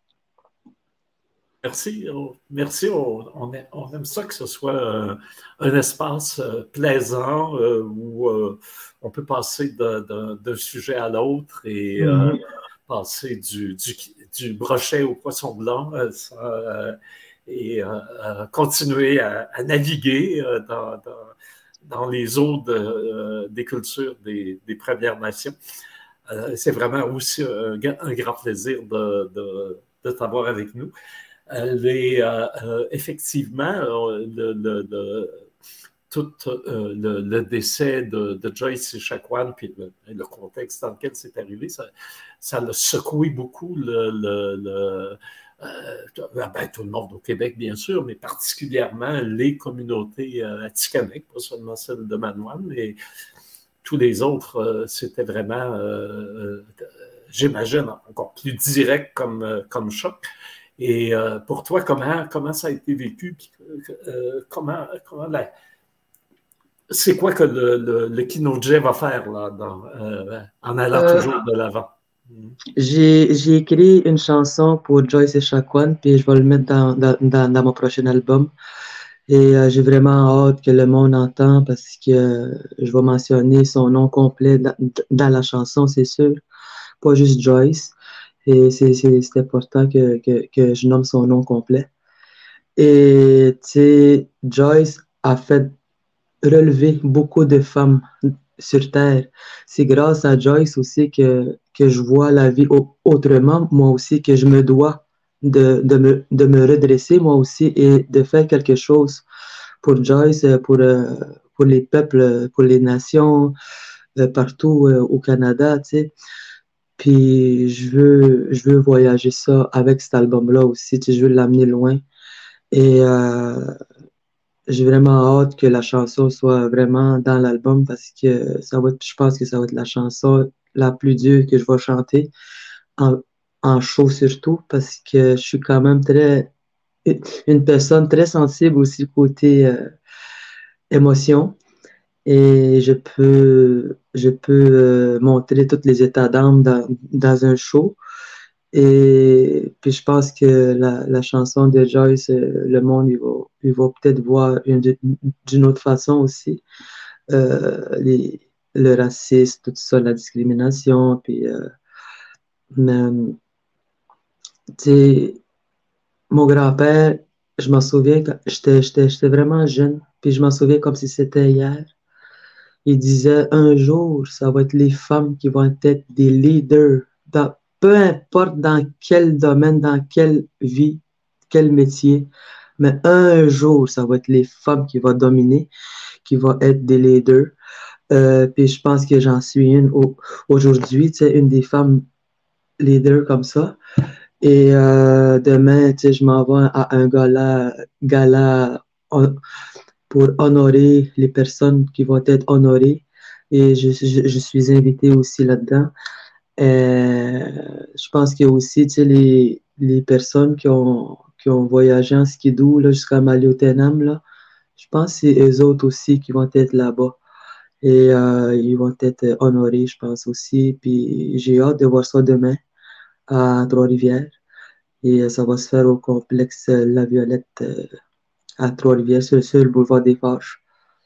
Speaker 3: Merci. on- Merci. On, on aime, on aime ça que ce soit euh, un espace euh, plaisant euh, où euh, on peut passer de- de- d'un sujet à l'autre et euh,
Speaker 2: Mhm.
Speaker 3: passer du, du, du brochet au poisson blanc euh, sans, euh, et euh, euh, continuer à, à naviguer euh, dans, dans, dans les eaux de, euh, des cultures des, des Premières Nations. Euh, c'est vraiment aussi un, un grand plaisir de, de, de t'avoir avec nous. Les, euh, euh, effectivement, euh, le, le, le, tout euh, le, le, décès de, de Joyce et Shaquan, puis le, le, contexte dans lequel c'est arrivé, ça, ça a secoué beaucoup le, le, le euh, ben, tout le monde au Québec, bien sûr, mais particulièrement les communautés euh, atikamekw, pas seulement celle de Manoine, mais tous les autres, euh, c'était vraiment, euh, euh, j'imagine, encore plus direct comme, euh, comme choc. Et euh, pour toi, comment, comment ça a été vécu? Puis, euh, comment, comment la... C'est quoi que le, le, le Kinojay va faire là, dans, euh, en allant
Speaker 2: Euh,
Speaker 3: toujours de l'avant?
Speaker 2: j'ai, j'ai écrit une chanson pour Joyce et Shaquan, puis je vais le mettre dans, dans, dans, dans mon prochain album. Et euh, j'ai vraiment hâte que le monde entende parce que euh, je vais mentionner son nom complet dans, dans la chanson, c'est sûr. Pas juste Joyce. Et c'est, c'est, c'est important que, que, que je nomme son nom complet. Et tu sais, Joyce a fait relever beaucoup de femmes sur Terre. C'est grâce à Joyce aussi que, que je vois la vie au- autrement, moi aussi, que je me dois de, de, me, de me redresser, moi aussi, et de faire quelque chose pour Joyce, pour, euh, pour les peuples, pour les nations, euh, partout euh, au Canada, tu sais. Puis je veux, je veux voyager ça avec cet album-là aussi, tu sais, je veux l'amener loin. Et euh, j'ai vraiment hâte que la chanson soit vraiment dans l'album parce que ça va être- je pense que ça va être la chanson la plus dure que je vais chanter en, en show surtout parce que je suis quand même très une personne très sensible aussi côté euh, émotion et je peux je peux euh, montrer tous les états d'âme dans, dans un show. Et puis je pense que la, la chanson de Joyce, euh, le monde, il va, il va peut-être voir une- d'une autre façon aussi. Euh, les, le racisme, tout ça, la discrimination. Puis, euh, mais, tu sais, mon grand-père, je m'en souviens, quand j'étais, j'étais, j'étais vraiment jeune, puis je m'en souviens comme si c'était hier. Il disait, un jour, ça va être les femmes qui vont être des leaders, dans, peu importe dans quel domaine, dans quelle vie, quel métier, mais un jour, ça va être les femmes qui vont dominer, qui vont être des leaders. Euh, puis je pense que j'en suis une au- aujourd'hui, tu sais, une des femmes leaders comme ça. Et euh, demain, tu sais, je m'en vais à un gala, gala hon- pour honorer les personnes qui vont être honorées. Et je, je, je suis invité aussi là-dedans. Euh, je pense que aussi, tu sais, les, les personnes qui ont, qui ont voyagé en skidoo là, jusqu'à Maliotenam, là, je pense que c'est eux autres aussi qui vont être là-bas. Et euh, ils vont être honorés, je pense aussi. Puis j'ai hâte de voir ça demain à Trois-Rivières. Et euh, ça va se faire au complexe euh, La Violette euh, à Trois-Rivières, sur, sur le boulevard des Fâches.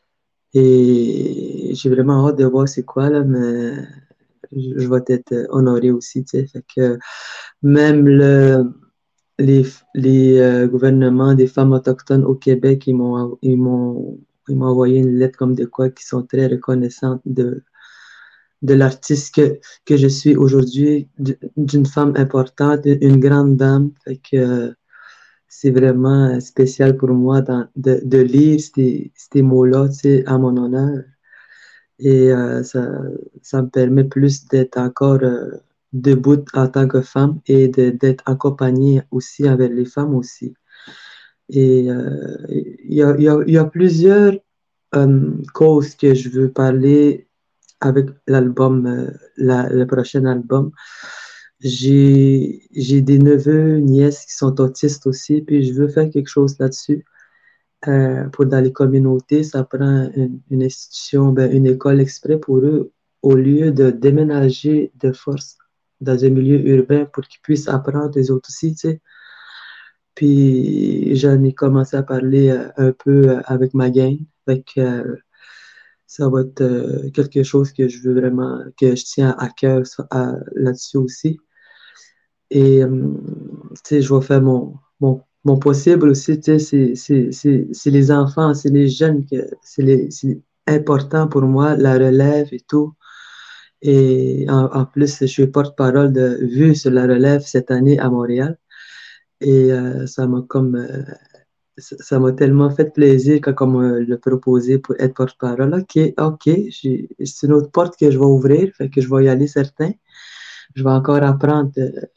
Speaker 2: Et j'ai vraiment hâte de voir c'est quoi, là, mais je, je vais être euh, honoré aussi, tu sais. Fait que même le, les, les euh, gouvernements des femmes autochtones au Québec, ils m'ont, ils m'ont, ils m'ont envoyé une lettre comme de quoi qui sont très reconnaissantes de, de l'artiste que, que je suis aujourd'hui, d- d'une femme importante, une grande dame. Fait que euh, c'est vraiment euh, spécial pour moi dans- de, de lire ces, ces mots-là, tu sais, à mon honneur. Et euh, ça, ça me permet plus d'être encore euh, debout en tant que femme et de- d'être accompagnée aussi avec les femmes aussi. Et euh, il y a, il y a- il y a plusieurs euh, causes que je veux parler avec l'album, euh, la- le prochain album. J'ai, j'ai des neveux, nièces qui sont autistes aussi, puis je veux faire quelque chose là-dessus. Euh, pour dans les communautés, ça prend une, une institution, ben, une école exprès pour eux, au lieu de déménager de force dans un milieu urbain pour qu'ils puissent apprendre les autres aussi, tu sais. Puis j'en ai commencé à parler euh, un peu euh, avec ma gang. Fait que euh, ça va être euh, quelque chose que je veux vraiment, que je tiens à cœur ça, à- là-dessus aussi. Et euh, tu sais, je vais faire mon, mon, mon possible aussi. Tu sais, c'est c'est- c'est- c'est les enfants, c'est les jeunes que c'est les- c'est important pour moi, la relève et tout. Et en, en plus, je suis porte-parole de Vue sur la relève cette année à Montréal. Et euh, ça m'a comme euh, ça ça m'a tellement fait plaisir quand on me l'a proposé pour être porte-parole. OK, OK, j'ai- c'est une autre porte que je vais ouvrir, fait que je vais y aller certain. Je vais encore apprendre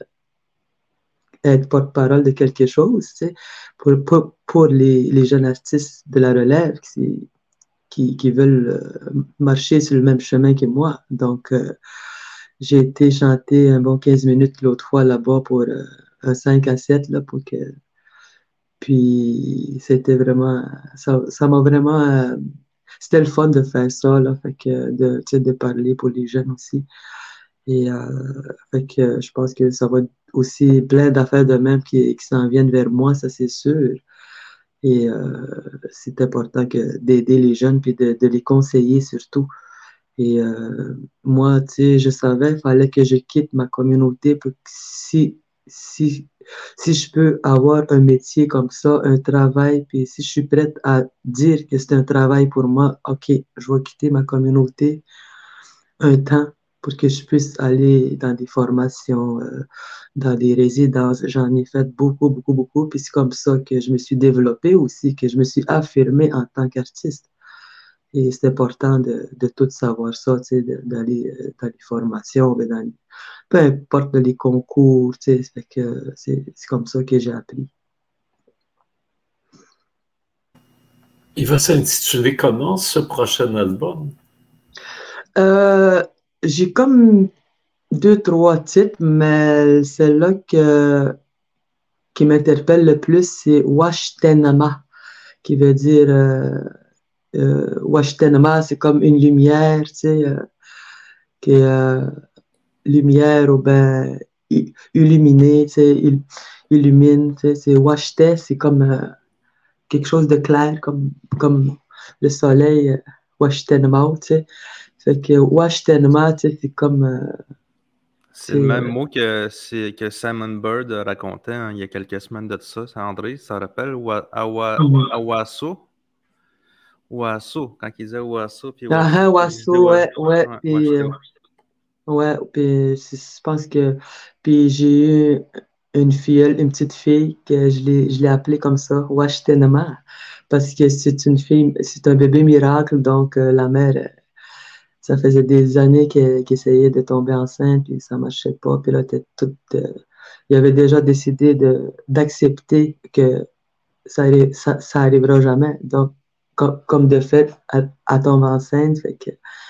Speaker 2: à être porte-parole de quelque chose, tu sais, pour, pour, pour les, les jeunes artistes de la relève qui, qui, qui veulent euh, marcher sur le même chemin que moi. Donc, euh, j'ai été chanter un bon quinze minutes l'autre fois là-bas pour euh, un cinq à sept là, pour que puis c'était vraiment, ça, ça m'a vraiment, euh, c'était le fun de faire ça, là, fait que de, tu sais, de parler pour les jeunes aussi. Et euh, fait que je pense que ça va être aussi plein d'affaires de même qui, qui s'en viennent vers moi, ça c'est sûr. Et euh, c'est important que d'aider les jeunes puis de, de les conseiller surtout. Et euh, moi, tu sais, je savais qu'il fallait que je quitte ma communauté pour que si, si, si je peux avoir un métier comme ça, un travail, puis si je suis prête à dire que c'est un travail pour moi, OK, je vais quitter ma communauté un temps pour que je puisse aller dans des formations, euh, dans des résidences. J'en ai fait beaucoup, beaucoup, beaucoup. Puis c'est comme ça que je me suis développée aussi, que je me suis affirmée en tant qu'artiste. Et c'est important de, de tout savoir ça, tu sais, de- d'aller euh, dans les formations, ben, dans les- peu importe les concours, tu sais, fait que c'est c'est comme ça que j'ai appris.
Speaker 3: Il va s'intituler comment ce prochain album?
Speaker 2: Euh, j'ai comme deux, trois titres, mais celle-là que, qui m'interpelle le plus, c'est Washtenama, qui veut dire euh, euh, Washtenama, c'est comme une lumière, tu sais, euh, qui est euh, lumière ou ben i- illuminé, tu sais, il- illumine, tu sais, c'est Washte, c'est comme euh, quelque chose de clair, comme, comme le soleil, euh, Washtenama, tu sais. Fait que Washtenama, tu sais, c'est comme, euh,
Speaker 1: C'est le
Speaker 2: c'est,
Speaker 1: même
Speaker 2: euh,
Speaker 1: mot que, c'est, que Simon Bird racontait hein, il y a quelques semaines de ça. C'est André, ça rappelle Wa- Awa,
Speaker 2: comme-
Speaker 1: Awaso? Oasso, quand il disait Oasso, puis
Speaker 2: ah,
Speaker 1: Washington,
Speaker 2: ah,
Speaker 1: il disait
Speaker 2: Wasso,
Speaker 1: ouais,
Speaker 2: ouais, ouais,
Speaker 1: ouais,
Speaker 2: puis, euh,
Speaker 1: Washington.
Speaker 2: ouais, puis c'est- je pense que, puis j'ai eu une filleule, une petite fille que je l'ai, je l'ai appelée comme ça, Washtenama, parce que c'est une fille, c'est un bébé miracle, donc euh, la mère, euh, ça faisait des années qu'elle qu'elle essayait de tomber enceinte, puis ça marchait pas, puis là, t'es toute, euh, il avait déjà décidé de, d'accepter que ça, arri- ça, ça arrivera jamais, donc, co- comme de fait, elle, elle tombe enceinte, fait que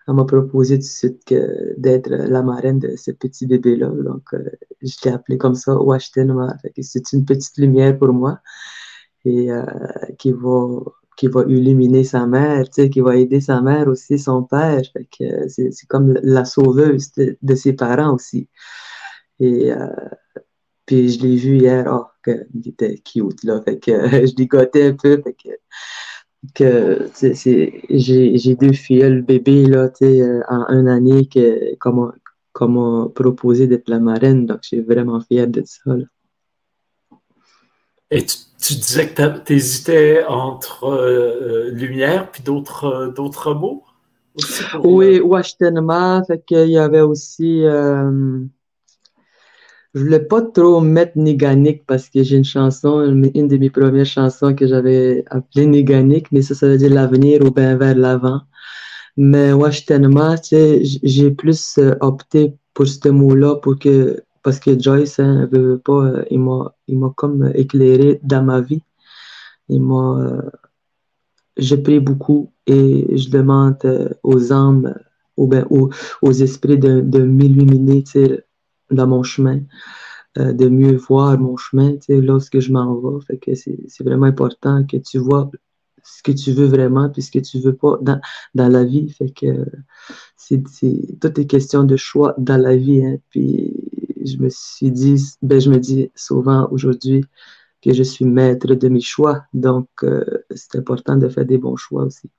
Speaker 2: elle m'a proposé tout de suite que, d'être la marraine de ce petit bébé-là. Donc, euh, je l'ai appelé comme ça, Washtenoa. Fait que c'est une petite lumière pour moi et euh, qui va qui va illuminer sa mère, tu sais, qui va aider sa mère aussi, son père. Fait que euh, c'est, c'est comme la sauveuse de, de ses parents aussi. Et euh, puis je l'ai vu hier, oh, que, il était cute, là. Fait que euh, je ligotais un peu, fait que que c'est, c'est, j'ai, j'ai deux filles, le bébé là, tu sais, euh, en une année que qu'on m'a qu'on m'a proposé d'être la marraine, donc je suis vraiment fière de ça. Là.
Speaker 3: Et tu, tu disais que tu hésitais entre euh, lumière puis d'autres euh, d'autres mots aussi pour
Speaker 2: Oui,
Speaker 3: le...
Speaker 2: Washtenoa, fait qu'il y avait aussi euh, je voulais pas trop mettre Néganique parce que j'ai une chanson, une, une de mes premières chansons que j'avais appelée Néganique, mais ça, ça veut dire l'avenir ou bien vers l'avant. Mais Washtenoa, tu sais, j- j'ai plus euh, opté pour ce mot-là pour que, parce que Joyce, hein, elle veut pas, euh, il m'a, il m'a comme éclairé dans ma vie. Il m'a, euh, j'ai pris beaucoup et je demande euh, aux âmes ou bien aux, aux esprits de, de m'illuminer, tu sais, dans mon chemin, euh, de mieux voir mon chemin, tu sais, lorsque je m'en vais. Fait que c'est, c'est vraiment important que tu vois ce que tu veux vraiment puis ce que tu veux pas dans, dans la vie. Fait que c'est, c'est, tout est question de choix dans la vie, hein. Puis je me suis dit, ben je me dis souvent aujourd'hui que je suis maître de mes choix. Donc, euh, c'est important de faire des bons choix aussi.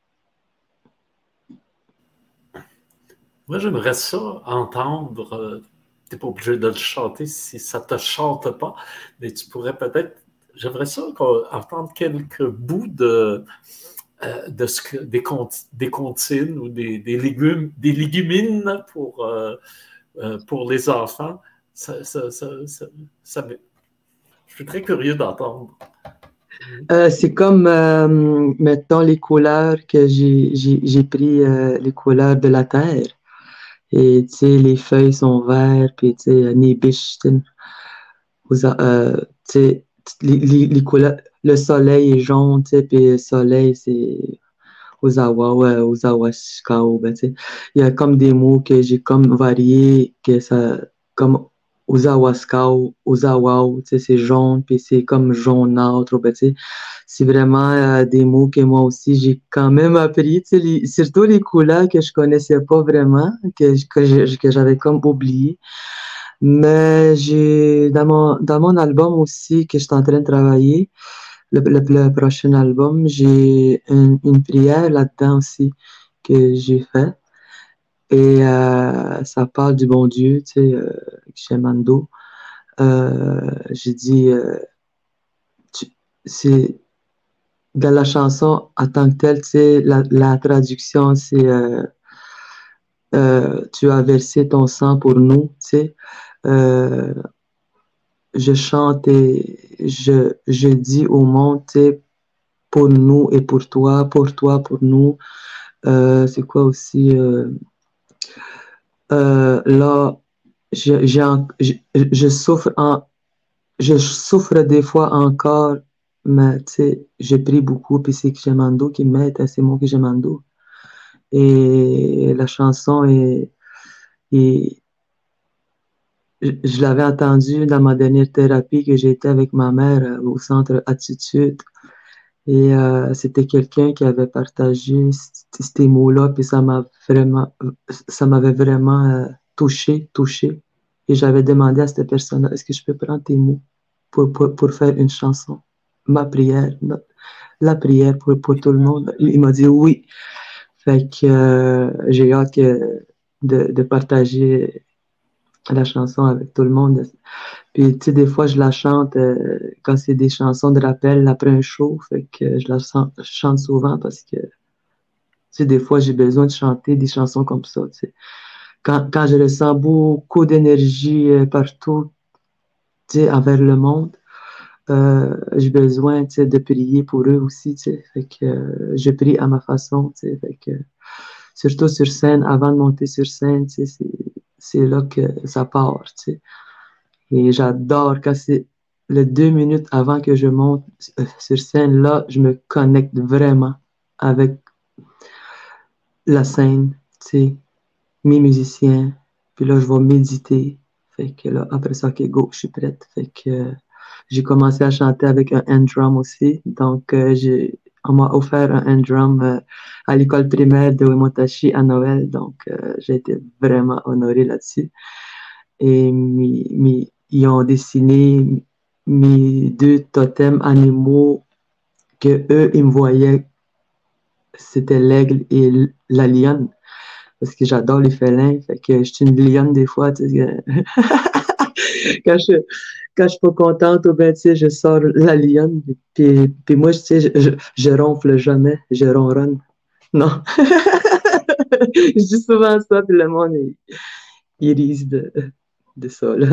Speaker 3: Moi, j'aimerais ça entendre, euh, tu n'es pas obligé de le chanter si ça ne te chante pas, mais tu pourrais peut-être, j'aimerais ça qu'on- entendre quelques bouts de, euh, de ce que, des, cont- des comptines ou des, des légumes, des légumines pour, euh, euh, pour les enfants. Ça, ça, ça, ça, ça me- je suis très curieux d'entendre.
Speaker 2: Euh, c'est comme, euh, mettons, les couleurs que j'ai, j'ai, j'ai pris, euh, les couleurs de la terre. Et, tu sais, les feuilles sont vertes, puis, tu sais, les biches, tu sais, aux a- euh, tu sais, les, les, les couleurs, le soleil est jaune, tu sais, puis le soleil, c'est Ozawa, ouais, Ozawa Shikao, ben, tu sais. Il y a comme des mots que j'ai comme variés, que ça, comme Ozawa Skao, Ozawa, tu sais, c'est jaune, puis c'est comme jaunâtre, ben, tu sais. C'est vraiment euh, des mots que moi aussi j'ai quand même appris, tu sais, les- surtout les couleurs que je connaissais pas vraiment, que, que je- que j'avais comme oublié. Mais j'ai dans mon dans mon album aussi que je suis en train de travailler, le, le, le prochain album, j'ai une, une prière là-dedans aussi que j'ai fait. Et euh, ça parle du bon Dieu, tu sais, euh, Shemando. Euh, j'ai dit, euh, tu- c'est dans la chanson en tant que telle, tu sais, la, la traduction, c'est euh, euh, tu as versé ton sang pour nous, tu sais. Euh, je chante et je, je dis au monde, tu sais, pour nous et pour toi, pour toi, pour nous. Euh, c'est quoi aussi? Euh, euh, là, je, j'ai en- je, je souffre en, je souffre des fois encore, mais tu sais, je prie beaucoup, puis c'est Kishemando qui m'aide, hein, c'est mon Kishemando. Et la chanson est, est- je, je l'avais entendue dans ma dernière thérapie que j'ai été avec ma mère euh, au centre Attitude. Et euh, c'était quelqu'un qui avait partagé c- ces mots-là, puis ça m'a vraiment, ça m'avait vraiment euh, touché, touché. Et j'avais demandé à cette personne-là, est-ce que je peux prendre tes mots pour, pour, pour faire une chanson? Ma prière, ma- la prière pour, pour tout le monde. Il m'a dit oui. Fait que euh, j'ai hâte que, de, de partager la chanson avec tout le monde. Puis, tu sais, des fois, je la chante euh, quand c'est des chansons de rappel après un show. Fait que je la sens- je chante souvent parce que, tu sais, des fois, j'ai besoin de chanter des chansons comme ça, tu sais. Quand, quand je ressens beaucoup d'énergie euh, partout, tu sais, envers le monde, euh, j'ai besoin, tu sais, de prier pour eux aussi, tu sais. Fait que euh, je prie à ma façon, tu sais. Fait que, surtout sur scène, avant de monter sur scène, tu sais, c'est, c'est là que ça part, tu sais. Et j'adore quand c'est les deux minutes avant que je monte euh, sur scène, là, je me connecte vraiment avec la scène. tu sais, mes musiciens. Puis là, je vais méditer. Fait que là, après ça, OK, go, je suis prête. Fait que euh, j'ai commencé à chanter avec un hand drum aussi. Donc, euh, j'ai, on m'a offert un hand drum euh, à l'école primaire de Wemotashi à Noël. Donc, euh, j'ai été vraiment honorée là-dessus. Et mes- mes- ils ont dessiné mes deux totems animaux que eux, ils me voyaient, c'était l'aigle et l- la lionne. Parce que j'adore les félins. Fait que je suis une lionne des fois, tu sais. quand je, quand je suis pas contente, ou ben, tu sais, je sors la lionne. Puis, puis moi, tu sais, je, je, je ronfle jamais, je ronronne. Non. Je dis souvent ça, puis le monde, il, il rit de, de ça, là.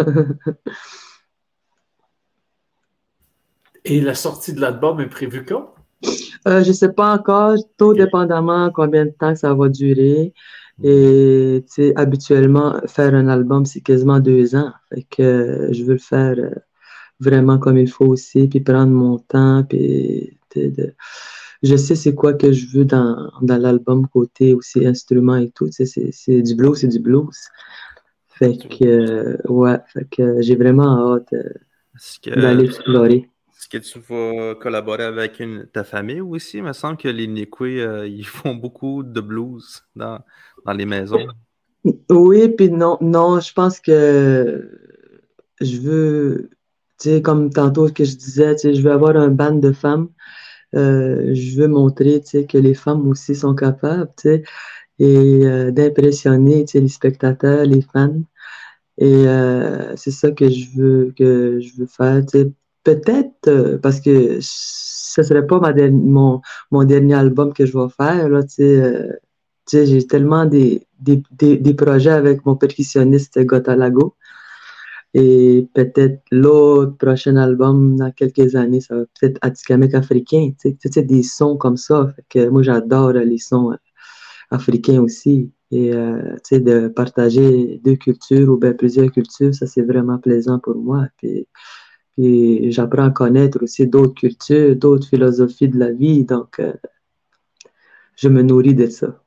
Speaker 3: Et la sortie de l'album est prévue quand?
Speaker 2: Euh, je sais pas encore, tout
Speaker 3: Ok.
Speaker 2: dépendamment combien de temps ça va durer.
Speaker 3: Mhm.
Speaker 2: Et, tu sais, habituellement, faire un album, c'est quasiment deux ans. Fait que euh, je veux le faire euh, vraiment comme il faut aussi, puis prendre mon temps, puis tu sais, de- je sais c'est quoi que je veux dans, dans l'album côté aussi instrument et tout. Tu sais, c'est c'est du blues, c'est du blues. Fait
Speaker 3: Tu
Speaker 2: que, euh, ouais, fait que j'ai vraiment hâte euh,
Speaker 1: Est-ce
Speaker 2: d'aller
Speaker 1: que,
Speaker 2: explorer.
Speaker 1: est-ce que tu vas collaborer avec une, ta famille aussi? Il me semble que les Nikwe, euh, ils font beaucoup de blues dans, dans les maisons.
Speaker 2: Oui, puis non, non, je pense que je veux, tu sais, comme tantôt que je disais, tu sais, je veux avoir un band de femmes. Euh, je veux montrer, tu sais, que les femmes aussi sont capables, tu sais, et euh, d'impressionner, tu sais, les spectateurs, les fans. Et euh, c'est ça que je veux que je veux faire. Tu sais. Peut-être euh, parce que ce serait pas ma der- mon, mon dernier album que je vais faire. Là, tu sais, euh, tu sais, j'ai tellement des, des, des, des projets avec mon percussionniste Gotalago. Et peut-être l'autre prochain album dans quelques années, ça va peut-être Atikamek africain. Tu sais, tu sais, des sons comme ça. Fait que moi, j'adore les sons euh, africains aussi. Et euh, tu sais, de partager deux cultures ou bien plusieurs cultures, ça c'est vraiment plaisant pour moi. Puis, puis j'apprends à connaître aussi d'autres cultures, d'autres philosophies de la vie. Donc, euh, je me nourris de ça.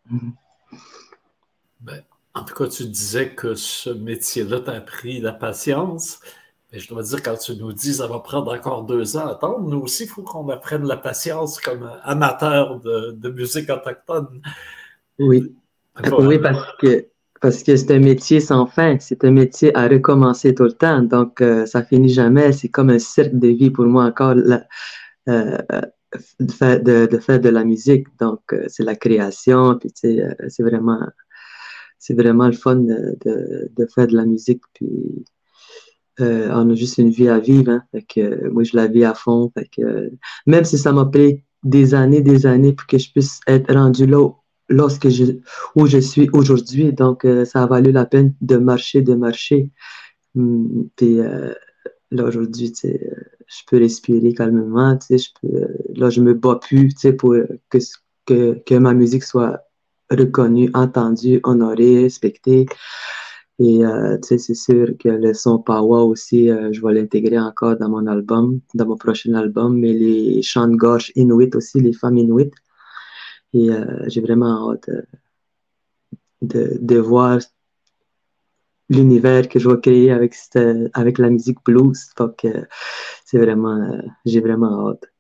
Speaker 3: Ben, en tout cas, tu disais que ce métier-là t'a appris la patience. Mais je dois dire, quand tu nous dis que ça va prendre encore deux ans à attendre, nous aussi, il faut qu'on apprenne la patience comme amateur de, de musique autochtone.
Speaker 2: Oui, oui,
Speaker 3: Voilà.
Speaker 2: parce que parce que c'est un métier sans fin. C'est un métier à recommencer tout le temps. Donc, euh, ça finit jamais. C'est comme un cercle de vie pour moi encore là, euh, de, faire, de, de faire de la musique. Donc, euh, c'est la création. Puis, tu sais, euh, c'est vraiment c'est vraiment le fun de, de, de faire de la musique. Puis, euh, on a juste une vie à vivre. Hein. Fait que, euh, moi, je la vis à fond. Fait que, euh, même si ça m'a pris des années, des années pour que je puisse être rendu là lorsque je, où je suis aujourd'hui. Donc, euh, ça a valu la peine de marcher, de marcher. Hum, Puis euh, là, aujourd'hui, tu sais, euh, je peux respirer calmement. Tu sais, je peux, euh, là, je me bats plus, tu sais, pour euh, que, que, que ma musique soit reconnue, entendue, honorée, respectée. Et euh, tu sais, c'est sûr que le son Pawa aussi, euh, je vais l'intégrer encore dans mon album, dans mon prochain album, mais les chants de gorge inuit aussi, les femmes inuit. Et euh, j'ai vraiment hâte euh, de, de voir l'univers que je vais créer avec, cette, avec la musique blues. Donc, euh, c'est vraiment, euh, j'ai vraiment hâte.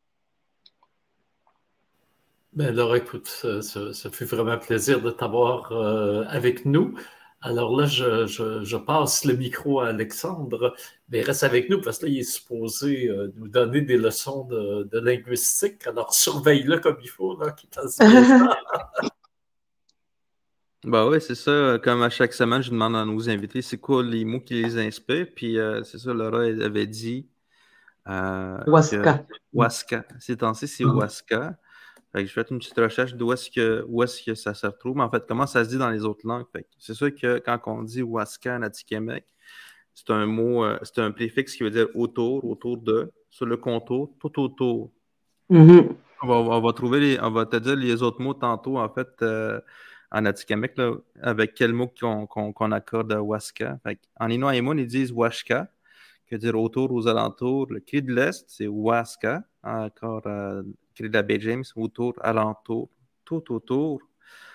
Speaker 3: Ben, Laura, écoute, ça, ça, ça fait vraiment plaisir de t'avoir euh, avec nous. Alors là, je, je, je passe le micro à Alexandre, mais reste avec nous parce que là, il est supposé euh, nous donner des leçons de, de linguistique. Alors surveille-le comme il faut, là, qu'il fasse bien ça.
Speaker 1: Bah ouais, c'est ça. Comme à chaque semaine, je demande à nos invités c'est quoi les mots qui les inspirent. Puis euh, c'est ça, Laura elle avait dit euh, que
Speaker 2: Waska.
Speaker 1: Waska. Ces temps-ci, c'est
Speaker 2: Mhm.
Speaker 1: Waska. Fait que je fais une petite recherche d'où est-ce que, où est-ce que ça se retrouve. Mais en fait, comment ça se dit dans les autres langues. Fait que c'est sûr que quand on dit Waska en Atikamekw, c'est un mot, euh, c'est un préfixe qui veut dire autour, autour de, sur le contour, tout autour.
Speaker 2: Mhm.
Speaker 1: On va, on va trouver les, on va te dire les autres mots tantôt, en fait, euh, en Atikamekw, là, avec quel mot qu'on qu'on, qu'on accorde à Waska. Fait que, en Innu-Aïmoun, ils disent Washka, qui veut dire autour, aux alentours. Le cri de l'Est, c'est Waska. Encore, euh, le cri de la baie James, autour, alentour, tout autour.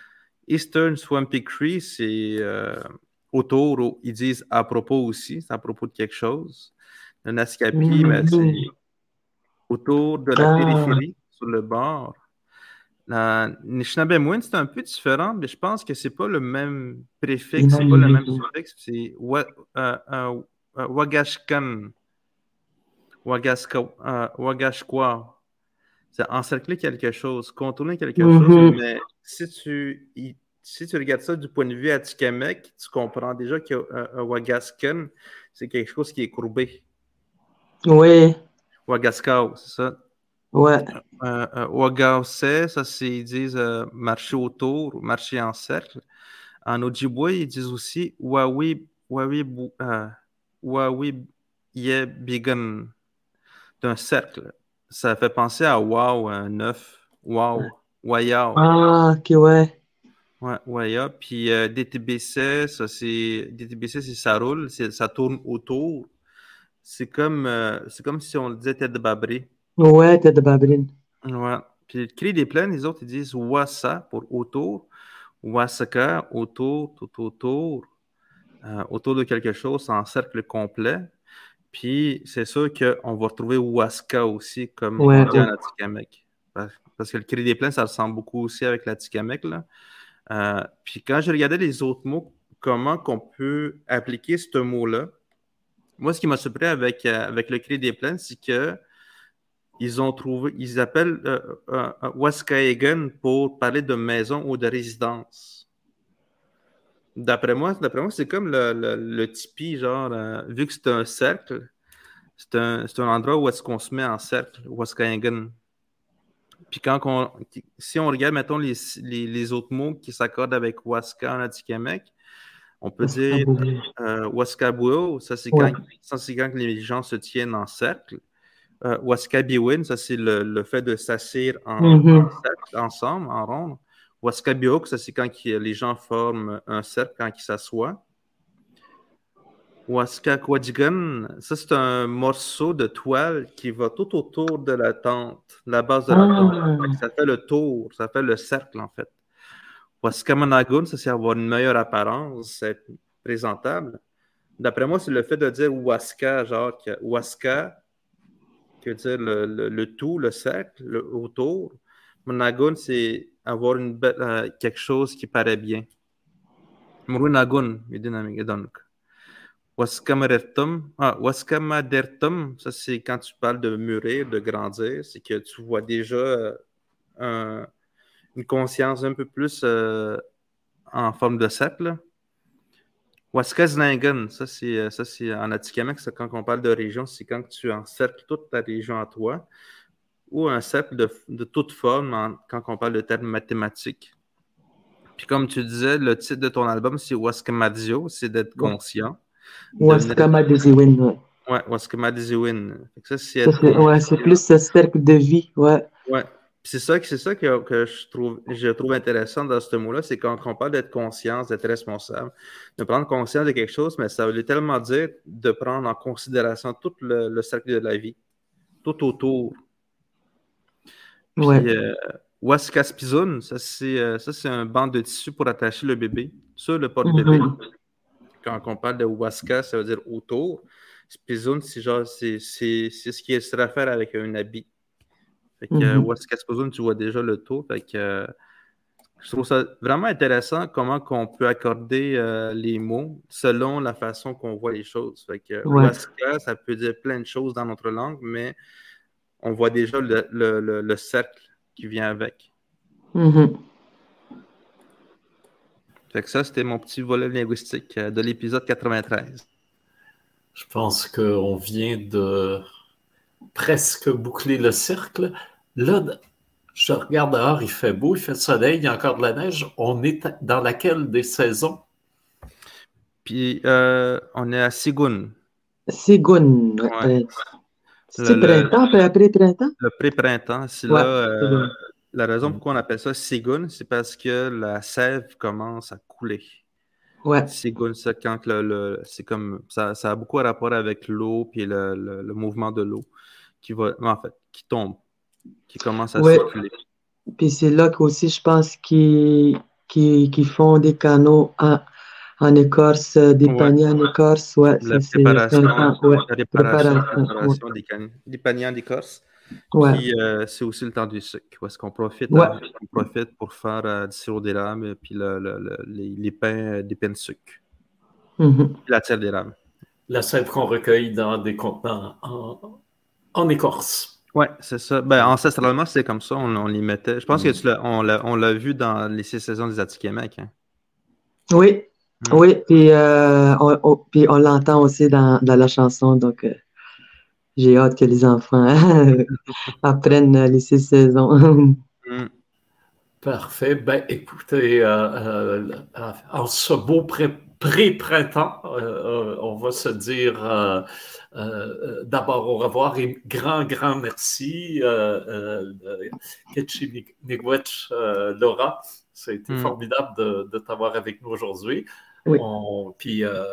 Speaker 1: Eastern Swampy Cree, c'est euh, autour, ils disent à propos aussi, c'est à propos de quelque chose. Le Naskapi, mais c'est
Speaker 2: Mhm.
Speaker 1: autour de la
Speaker 2: Ah,
Speaker 1: périphérie, sur le bord. La Nishnabemwin, c'est un peu différent, mais je pense que c'est pas le même préfixe, c'est pas le même suffixe. C'est wa, euh, euh, euh, Wagashkan, Wagaska, euh, Wagashkwa. C'est encercler quelque chose, contourner quelque chose,
Speaker 2: mhm.
Speaker 1: mais si tu, y- si tu regardes ça du point de vue Atikamek, tu comprends déjà que euh, un Wagaskan, c'est quelque chose qui est courbé.
Speaker 2: Oui,
Speaker 1: Wagaskau, c'est ça.
Speaker 2: ouais.
Speaker 1: Euh, euh, Wagausais, ça c'est, ils disent euh, marcher autour, marcher en cercle. En Ojibwe, ils disent aussi Wawi, Wawi, bu- euh, Wawi Ye Bigan, d'un cercle. Ça fait penser à Wow, un neuf, Wow, Wayao.
Speaker 2: Ah, ok, ouais.
Speaker 1: Ouais, Waya. Puis euh, D T B C, ça c'est. D T B C, c'est ça roule, c'est- ça tourne autour. C'est comme, euh, c'est comme si on le disait tête de babri.
Speaker 2: Ouais, tête de Babylone.
Speaker 1: Ouais. Puis le cri des plaines, les autres, ils disent Wassa pour autour. Wasaka, autour, tout autour. Euh, autour de quelque chose en cercle complet. Puis c'est sûr qu'on va retrouver Waska aussi, comme
Speaker 2: Ouais,
Speaker 1: on dit en
Speaker 2: oh.
Speaker 1: Atikamek. Parce parce que le cri des plaines, ça ressemble beaucoup aussi avec l'Atikamek, là. Euh, puis quand je regardais les autres mots, comment qu'on peut appliquer ce mot-là, moi, ce qui m'a surpris avec, euh, avec le cri des plaines, c'est que ils ont trouvé, ils appellent euh, euh, euh, Waskaegan pour parler de maison ou de résidence. D'après moi, d'après moi, c'est comme le, le, le tipi, genre, euh, vu que c'est un cercle, c'est un, c'est un endroit où est-ce qu'on se met en cercle, Waskaegan. Puis quand on, si on regarde, mettons, les, les, les autres mots qui s'accordent avec Waska en Atikamek, on peut
Speaker 2: Parce que
Speaker 1: dire
Speaker 2: vous-
Speaker 1: euh, Waskabuo, ça c'est
Speaker 2: Ouais.
Speaker 1: quand, ça, c'est quand les gens se tiennent en cercle. Euh, Waskabiwin, ça c'est le, le fait de s'asseoir en,
Speaker 2: Mhm.
Speaker 1: en cercle, ensemble, en ronde. Waskabiok, ça c'est quand qui- les gens forment un cercle quand ils s'assoient. Waskakwadjigan, ça c'est un morceau de toile qui va tout autour de la tente, la base de la tente. Fait que
Speaker 2: Ah,
Speaker 1: ça fait le tour, ça fait le cercle en fait. Waskamanagun, ça c'est avoir une meilleure apparence, être présentable. D'après moi, c'est le fait de dire Waska, genre que Waska, qui veut dire le, le, le tout, le cercle, le autour. Managun, c'est avoir une belle, euh, quelque chose qui paraît bien. Murunagun, dynamique donc. Waskamadertum, ah, Waskamadertum, ça c'est quand tu parles de mûrir, de grandir, c'est que tu vois déjà euh, un- une conscience un peu plus euh, en forme de cercle. Waskaznangan, ça c'est euh, ça c'est en Atikamek, c'est quand on parle de région, c'est quand tu encercles toute ta région à toi, ou un cercle de, de toute forme en- quand on parle de termes mathématiques. Puis comme tu disais, le titre de ton album, c'est Waskamadio, c'est d'être
Speaker 2: ouais.
Speaker 1: conscient, devenir.
Speaker 2: Waskama Desiwin, ouais.
Speaker 1: Ouais, Waskamadziwin. Fait que ça, c'est
Speaker 2: Ça,
Speaker 1: être
Speaker 2: c'est, ouais, c'est
Speaker 1: conscient.
Speaker 2: plus ce cercle de vie, ouais.
Speaker 1: Ouais. Puis c'est ça, que- c'est ça que, que je trouve, je trouve intéressant dans ce mot-là, c'est quand on parle d'être conscience, d'être responsable, de prendre conscience de quelque chose, mais ça veut tellement dire de prendre en considération tout le, le cercle de la vie, tout autour.
Speaker 2: Ouais.
Speaker 1: Puis, euh, Waskaspizun, ça c'est euh, ça c'est un banc de tissu pour attacher le bébé sur le porte-bébé.
Speaker 2: Mhm.
Speaker 1: Quand on parle de Waska, ça veut dire autour. Spizun, c'est genre, c'est c'est- c'est ce qui se réfère avec un habit. Fait que euh,
Speaker 2: Mhm.
Speaker 1: Waskaspizun, tu vois déjà le tour. Fait que euh, je trouve ça vraiment intéressant comment qu'on peut accorder euh, les mots selon la façon qu'on voit les choses. Fait que
Speaker 2: Ouais.
Speaker 1: Waska, ça peut dire plein de choses dans notre langue, mais on voit déjà le, le, le, le cercle qui vient avec.
Speaker 2: Mhm.
Speaker 1: Fait que ça, c'était mon petit volet linguistique euh, de l'épisode quatre-vingt-treize.
Speaker 3: Je pense qu'on vient de presque boucler le cercle. Là, je regarde dehors, il fait beau, il fait soleil, il y a encore de la neige. On est dans laquelle des saisons?
Speaker 1: Puis, euh, on est à Sigun.
Speaker 2: Sigun, ouais.
Speaker 1: Ouais.
Speaker 2: Euh,
Speaker 1: Le,
Speaker 2: c'est
Speaker 1: le,
Speaker 2: printemps, puis après printemps?
Speaker 1: le pré-printemps, c'est là.
Speaker 2: Ouais.
Speaker 1: euh,
Speaker 2: Sigun.
Speaker 1: la raison pourquoi on appelle ça Sigun, c'est parce que la sève commence à couler.
Speaker 2: Ouais.
Speaker 1: Sigun, c'est quand le, le- c'est comme ça, ça a beaucoup à rapport avec l'eau puis le, le, le mouvement de l'eau qui va, en fait, qui tombe, qui commence à
Speaker 2: Ouais.
Speaker 1: circuler.
Speaker 2: Puis c'est là qu'aussi, je pense, qu'il qui, qui font des canaux en, en écorce, des
Speaker 1: Ouais.
Speaker 2: paniers en écorce. Ouais,
Speaker 1: La
Speaker 2: ça, c'est c'est
Speaker 1: préparation,
Speaker 2: un temps. Ouais,
Speaker 1: la réparation, la
Speaker 2: préparation. Ouais.
Speaker 1: préparation des, can- des paniers en écorce.
Speaker 2: Ouais.
Speaker 1: Puis euh, c'est aussi le temps du sucre, où est-ce qu'on profite,
Speaker 2: Ouais.
Speaker 1: à- on profite pour faire euh, du sirop d'érable, puis le, le- le- les, les pains, euh, des pains de sucre,
Speaker 2: Mhm.
Speaker 1: puis la tire d'érable.
Speaker 3: La sève qu'on recueille dans des contenants en, en écorce.
Speaker 1: Ouais, c'est ça. Ben, ancestralement, c'est comme ça, on, on les mettait. Je pense que tu l'as, on l'a, on l'a vu dans les six saisons des Atikamekw. Hein.
Speaker 2: Oui,
Speaker 1: Mm.
Speaker 2: oui, puis euh, on, on- puis on l'entend aussi dans, dans la chanson, donc euh, j'ai hâte que les enfants apprennent les six saisons.
Speaker 1: Mm.
Speaker 3: Parfait. Ben, écoutez, euh, euh, en ce beau pré- pré-printemps, euh, euh, on va se dire euh, euh, d'abord au revoir et grand, grand merci, euh, euh, Ketchi Miigwech, euh, Laura. Ça a été
Speaker 1: Mm.
Speaker 3: formidable de, de t'avoir avec nous aujourd'hui.
Speaker 2: Oui.
Speaker 3: On- puis euh,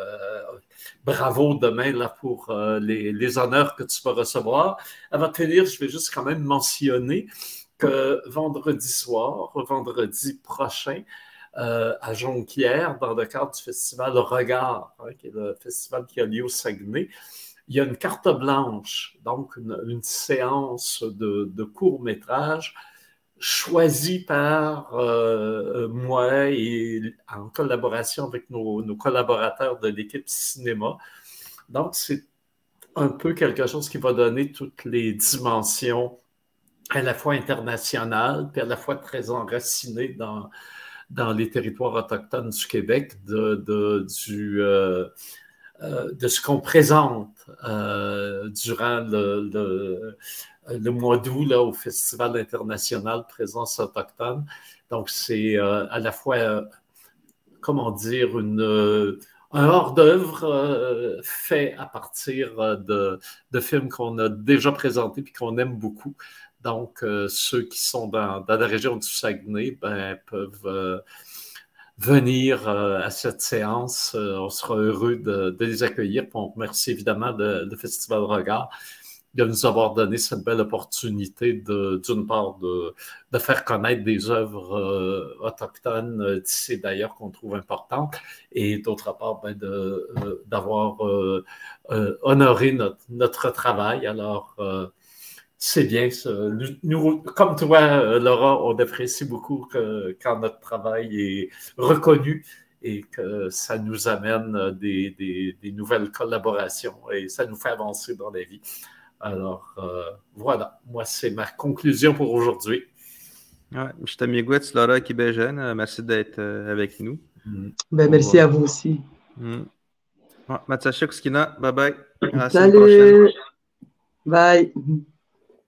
Speaker 3: bravo demain là, pour euh, les, les honneurs que tu vas recevoir. Avant de finir, je vais juste quand même mentionner que vendredi soir, vendredi prochain, euh, à Jonquière, dans le cadre du festival Regard, hein, qui est le festival qui a lieu au Saguenay, il y a une carte blanche, donc une, une séance de, de court-métrage choisie par euh, moi et en collaboration avec nos, nos collaborateurs de l'équipe cinéma. Donc, c'est un peu quelque chose qui va donner toutes les dimensions à la fois internationales, puis à la fois très enracinées dans, dans les territoires autochtones du Québec, de, de, du, euh, euh, de ce qu'on présente euh, durant le, le, le mois d'août là, au Festival international Présence autochtone. Donc, c'est euh, à la fois, euh, comment dire, une, euh, un hors-d'œuvre euh, fait à partir de, de films qu'on a déjà présentés et qu'on aime beaucoup. Donc, euh, ceux qui sont dans, dans la région du Saguenay ben, peuvent euh, venir euh, à cette séance. Euh, on sera heureux de, de les accueillir. Puis on remercie évidemment le, le Festival Regard de nous avoir donné cette belle opportunité de, d'une part, de, de faire connaître des œuvres euh, autochtones euh, d'ici d'ailleurs qu'on trouve importantes, et d'autre part, ben, de, euh, d'avoir euh, euh, honoré notre, notre travail. Alors, euh, c'est bien. Ça. Nous, comme toi, Laura, on apprécie beaucoup que, quand notre travail est reconnu et que ça nous amène des, des, des nouvelles collaborations et ça nous fait avancer dans la vie. Alors, euh, voilà. Moi, c'est ma conclusion pour aujourd'hui.
Speaker 1: Ouais, je t'ai mis Miigwech, Laura Kibéjen. Merci d'être euh, avec nous.
Speaker 3: Mm.
Speaker 2: Ben, merci à vous aussi.
Speaker 1: Mm. Ouais, Matsashik Skina, bye bye. À la semaine
Speaker 2: Salut!
Speaker 1: prochaine.
Speaker 2: Bye!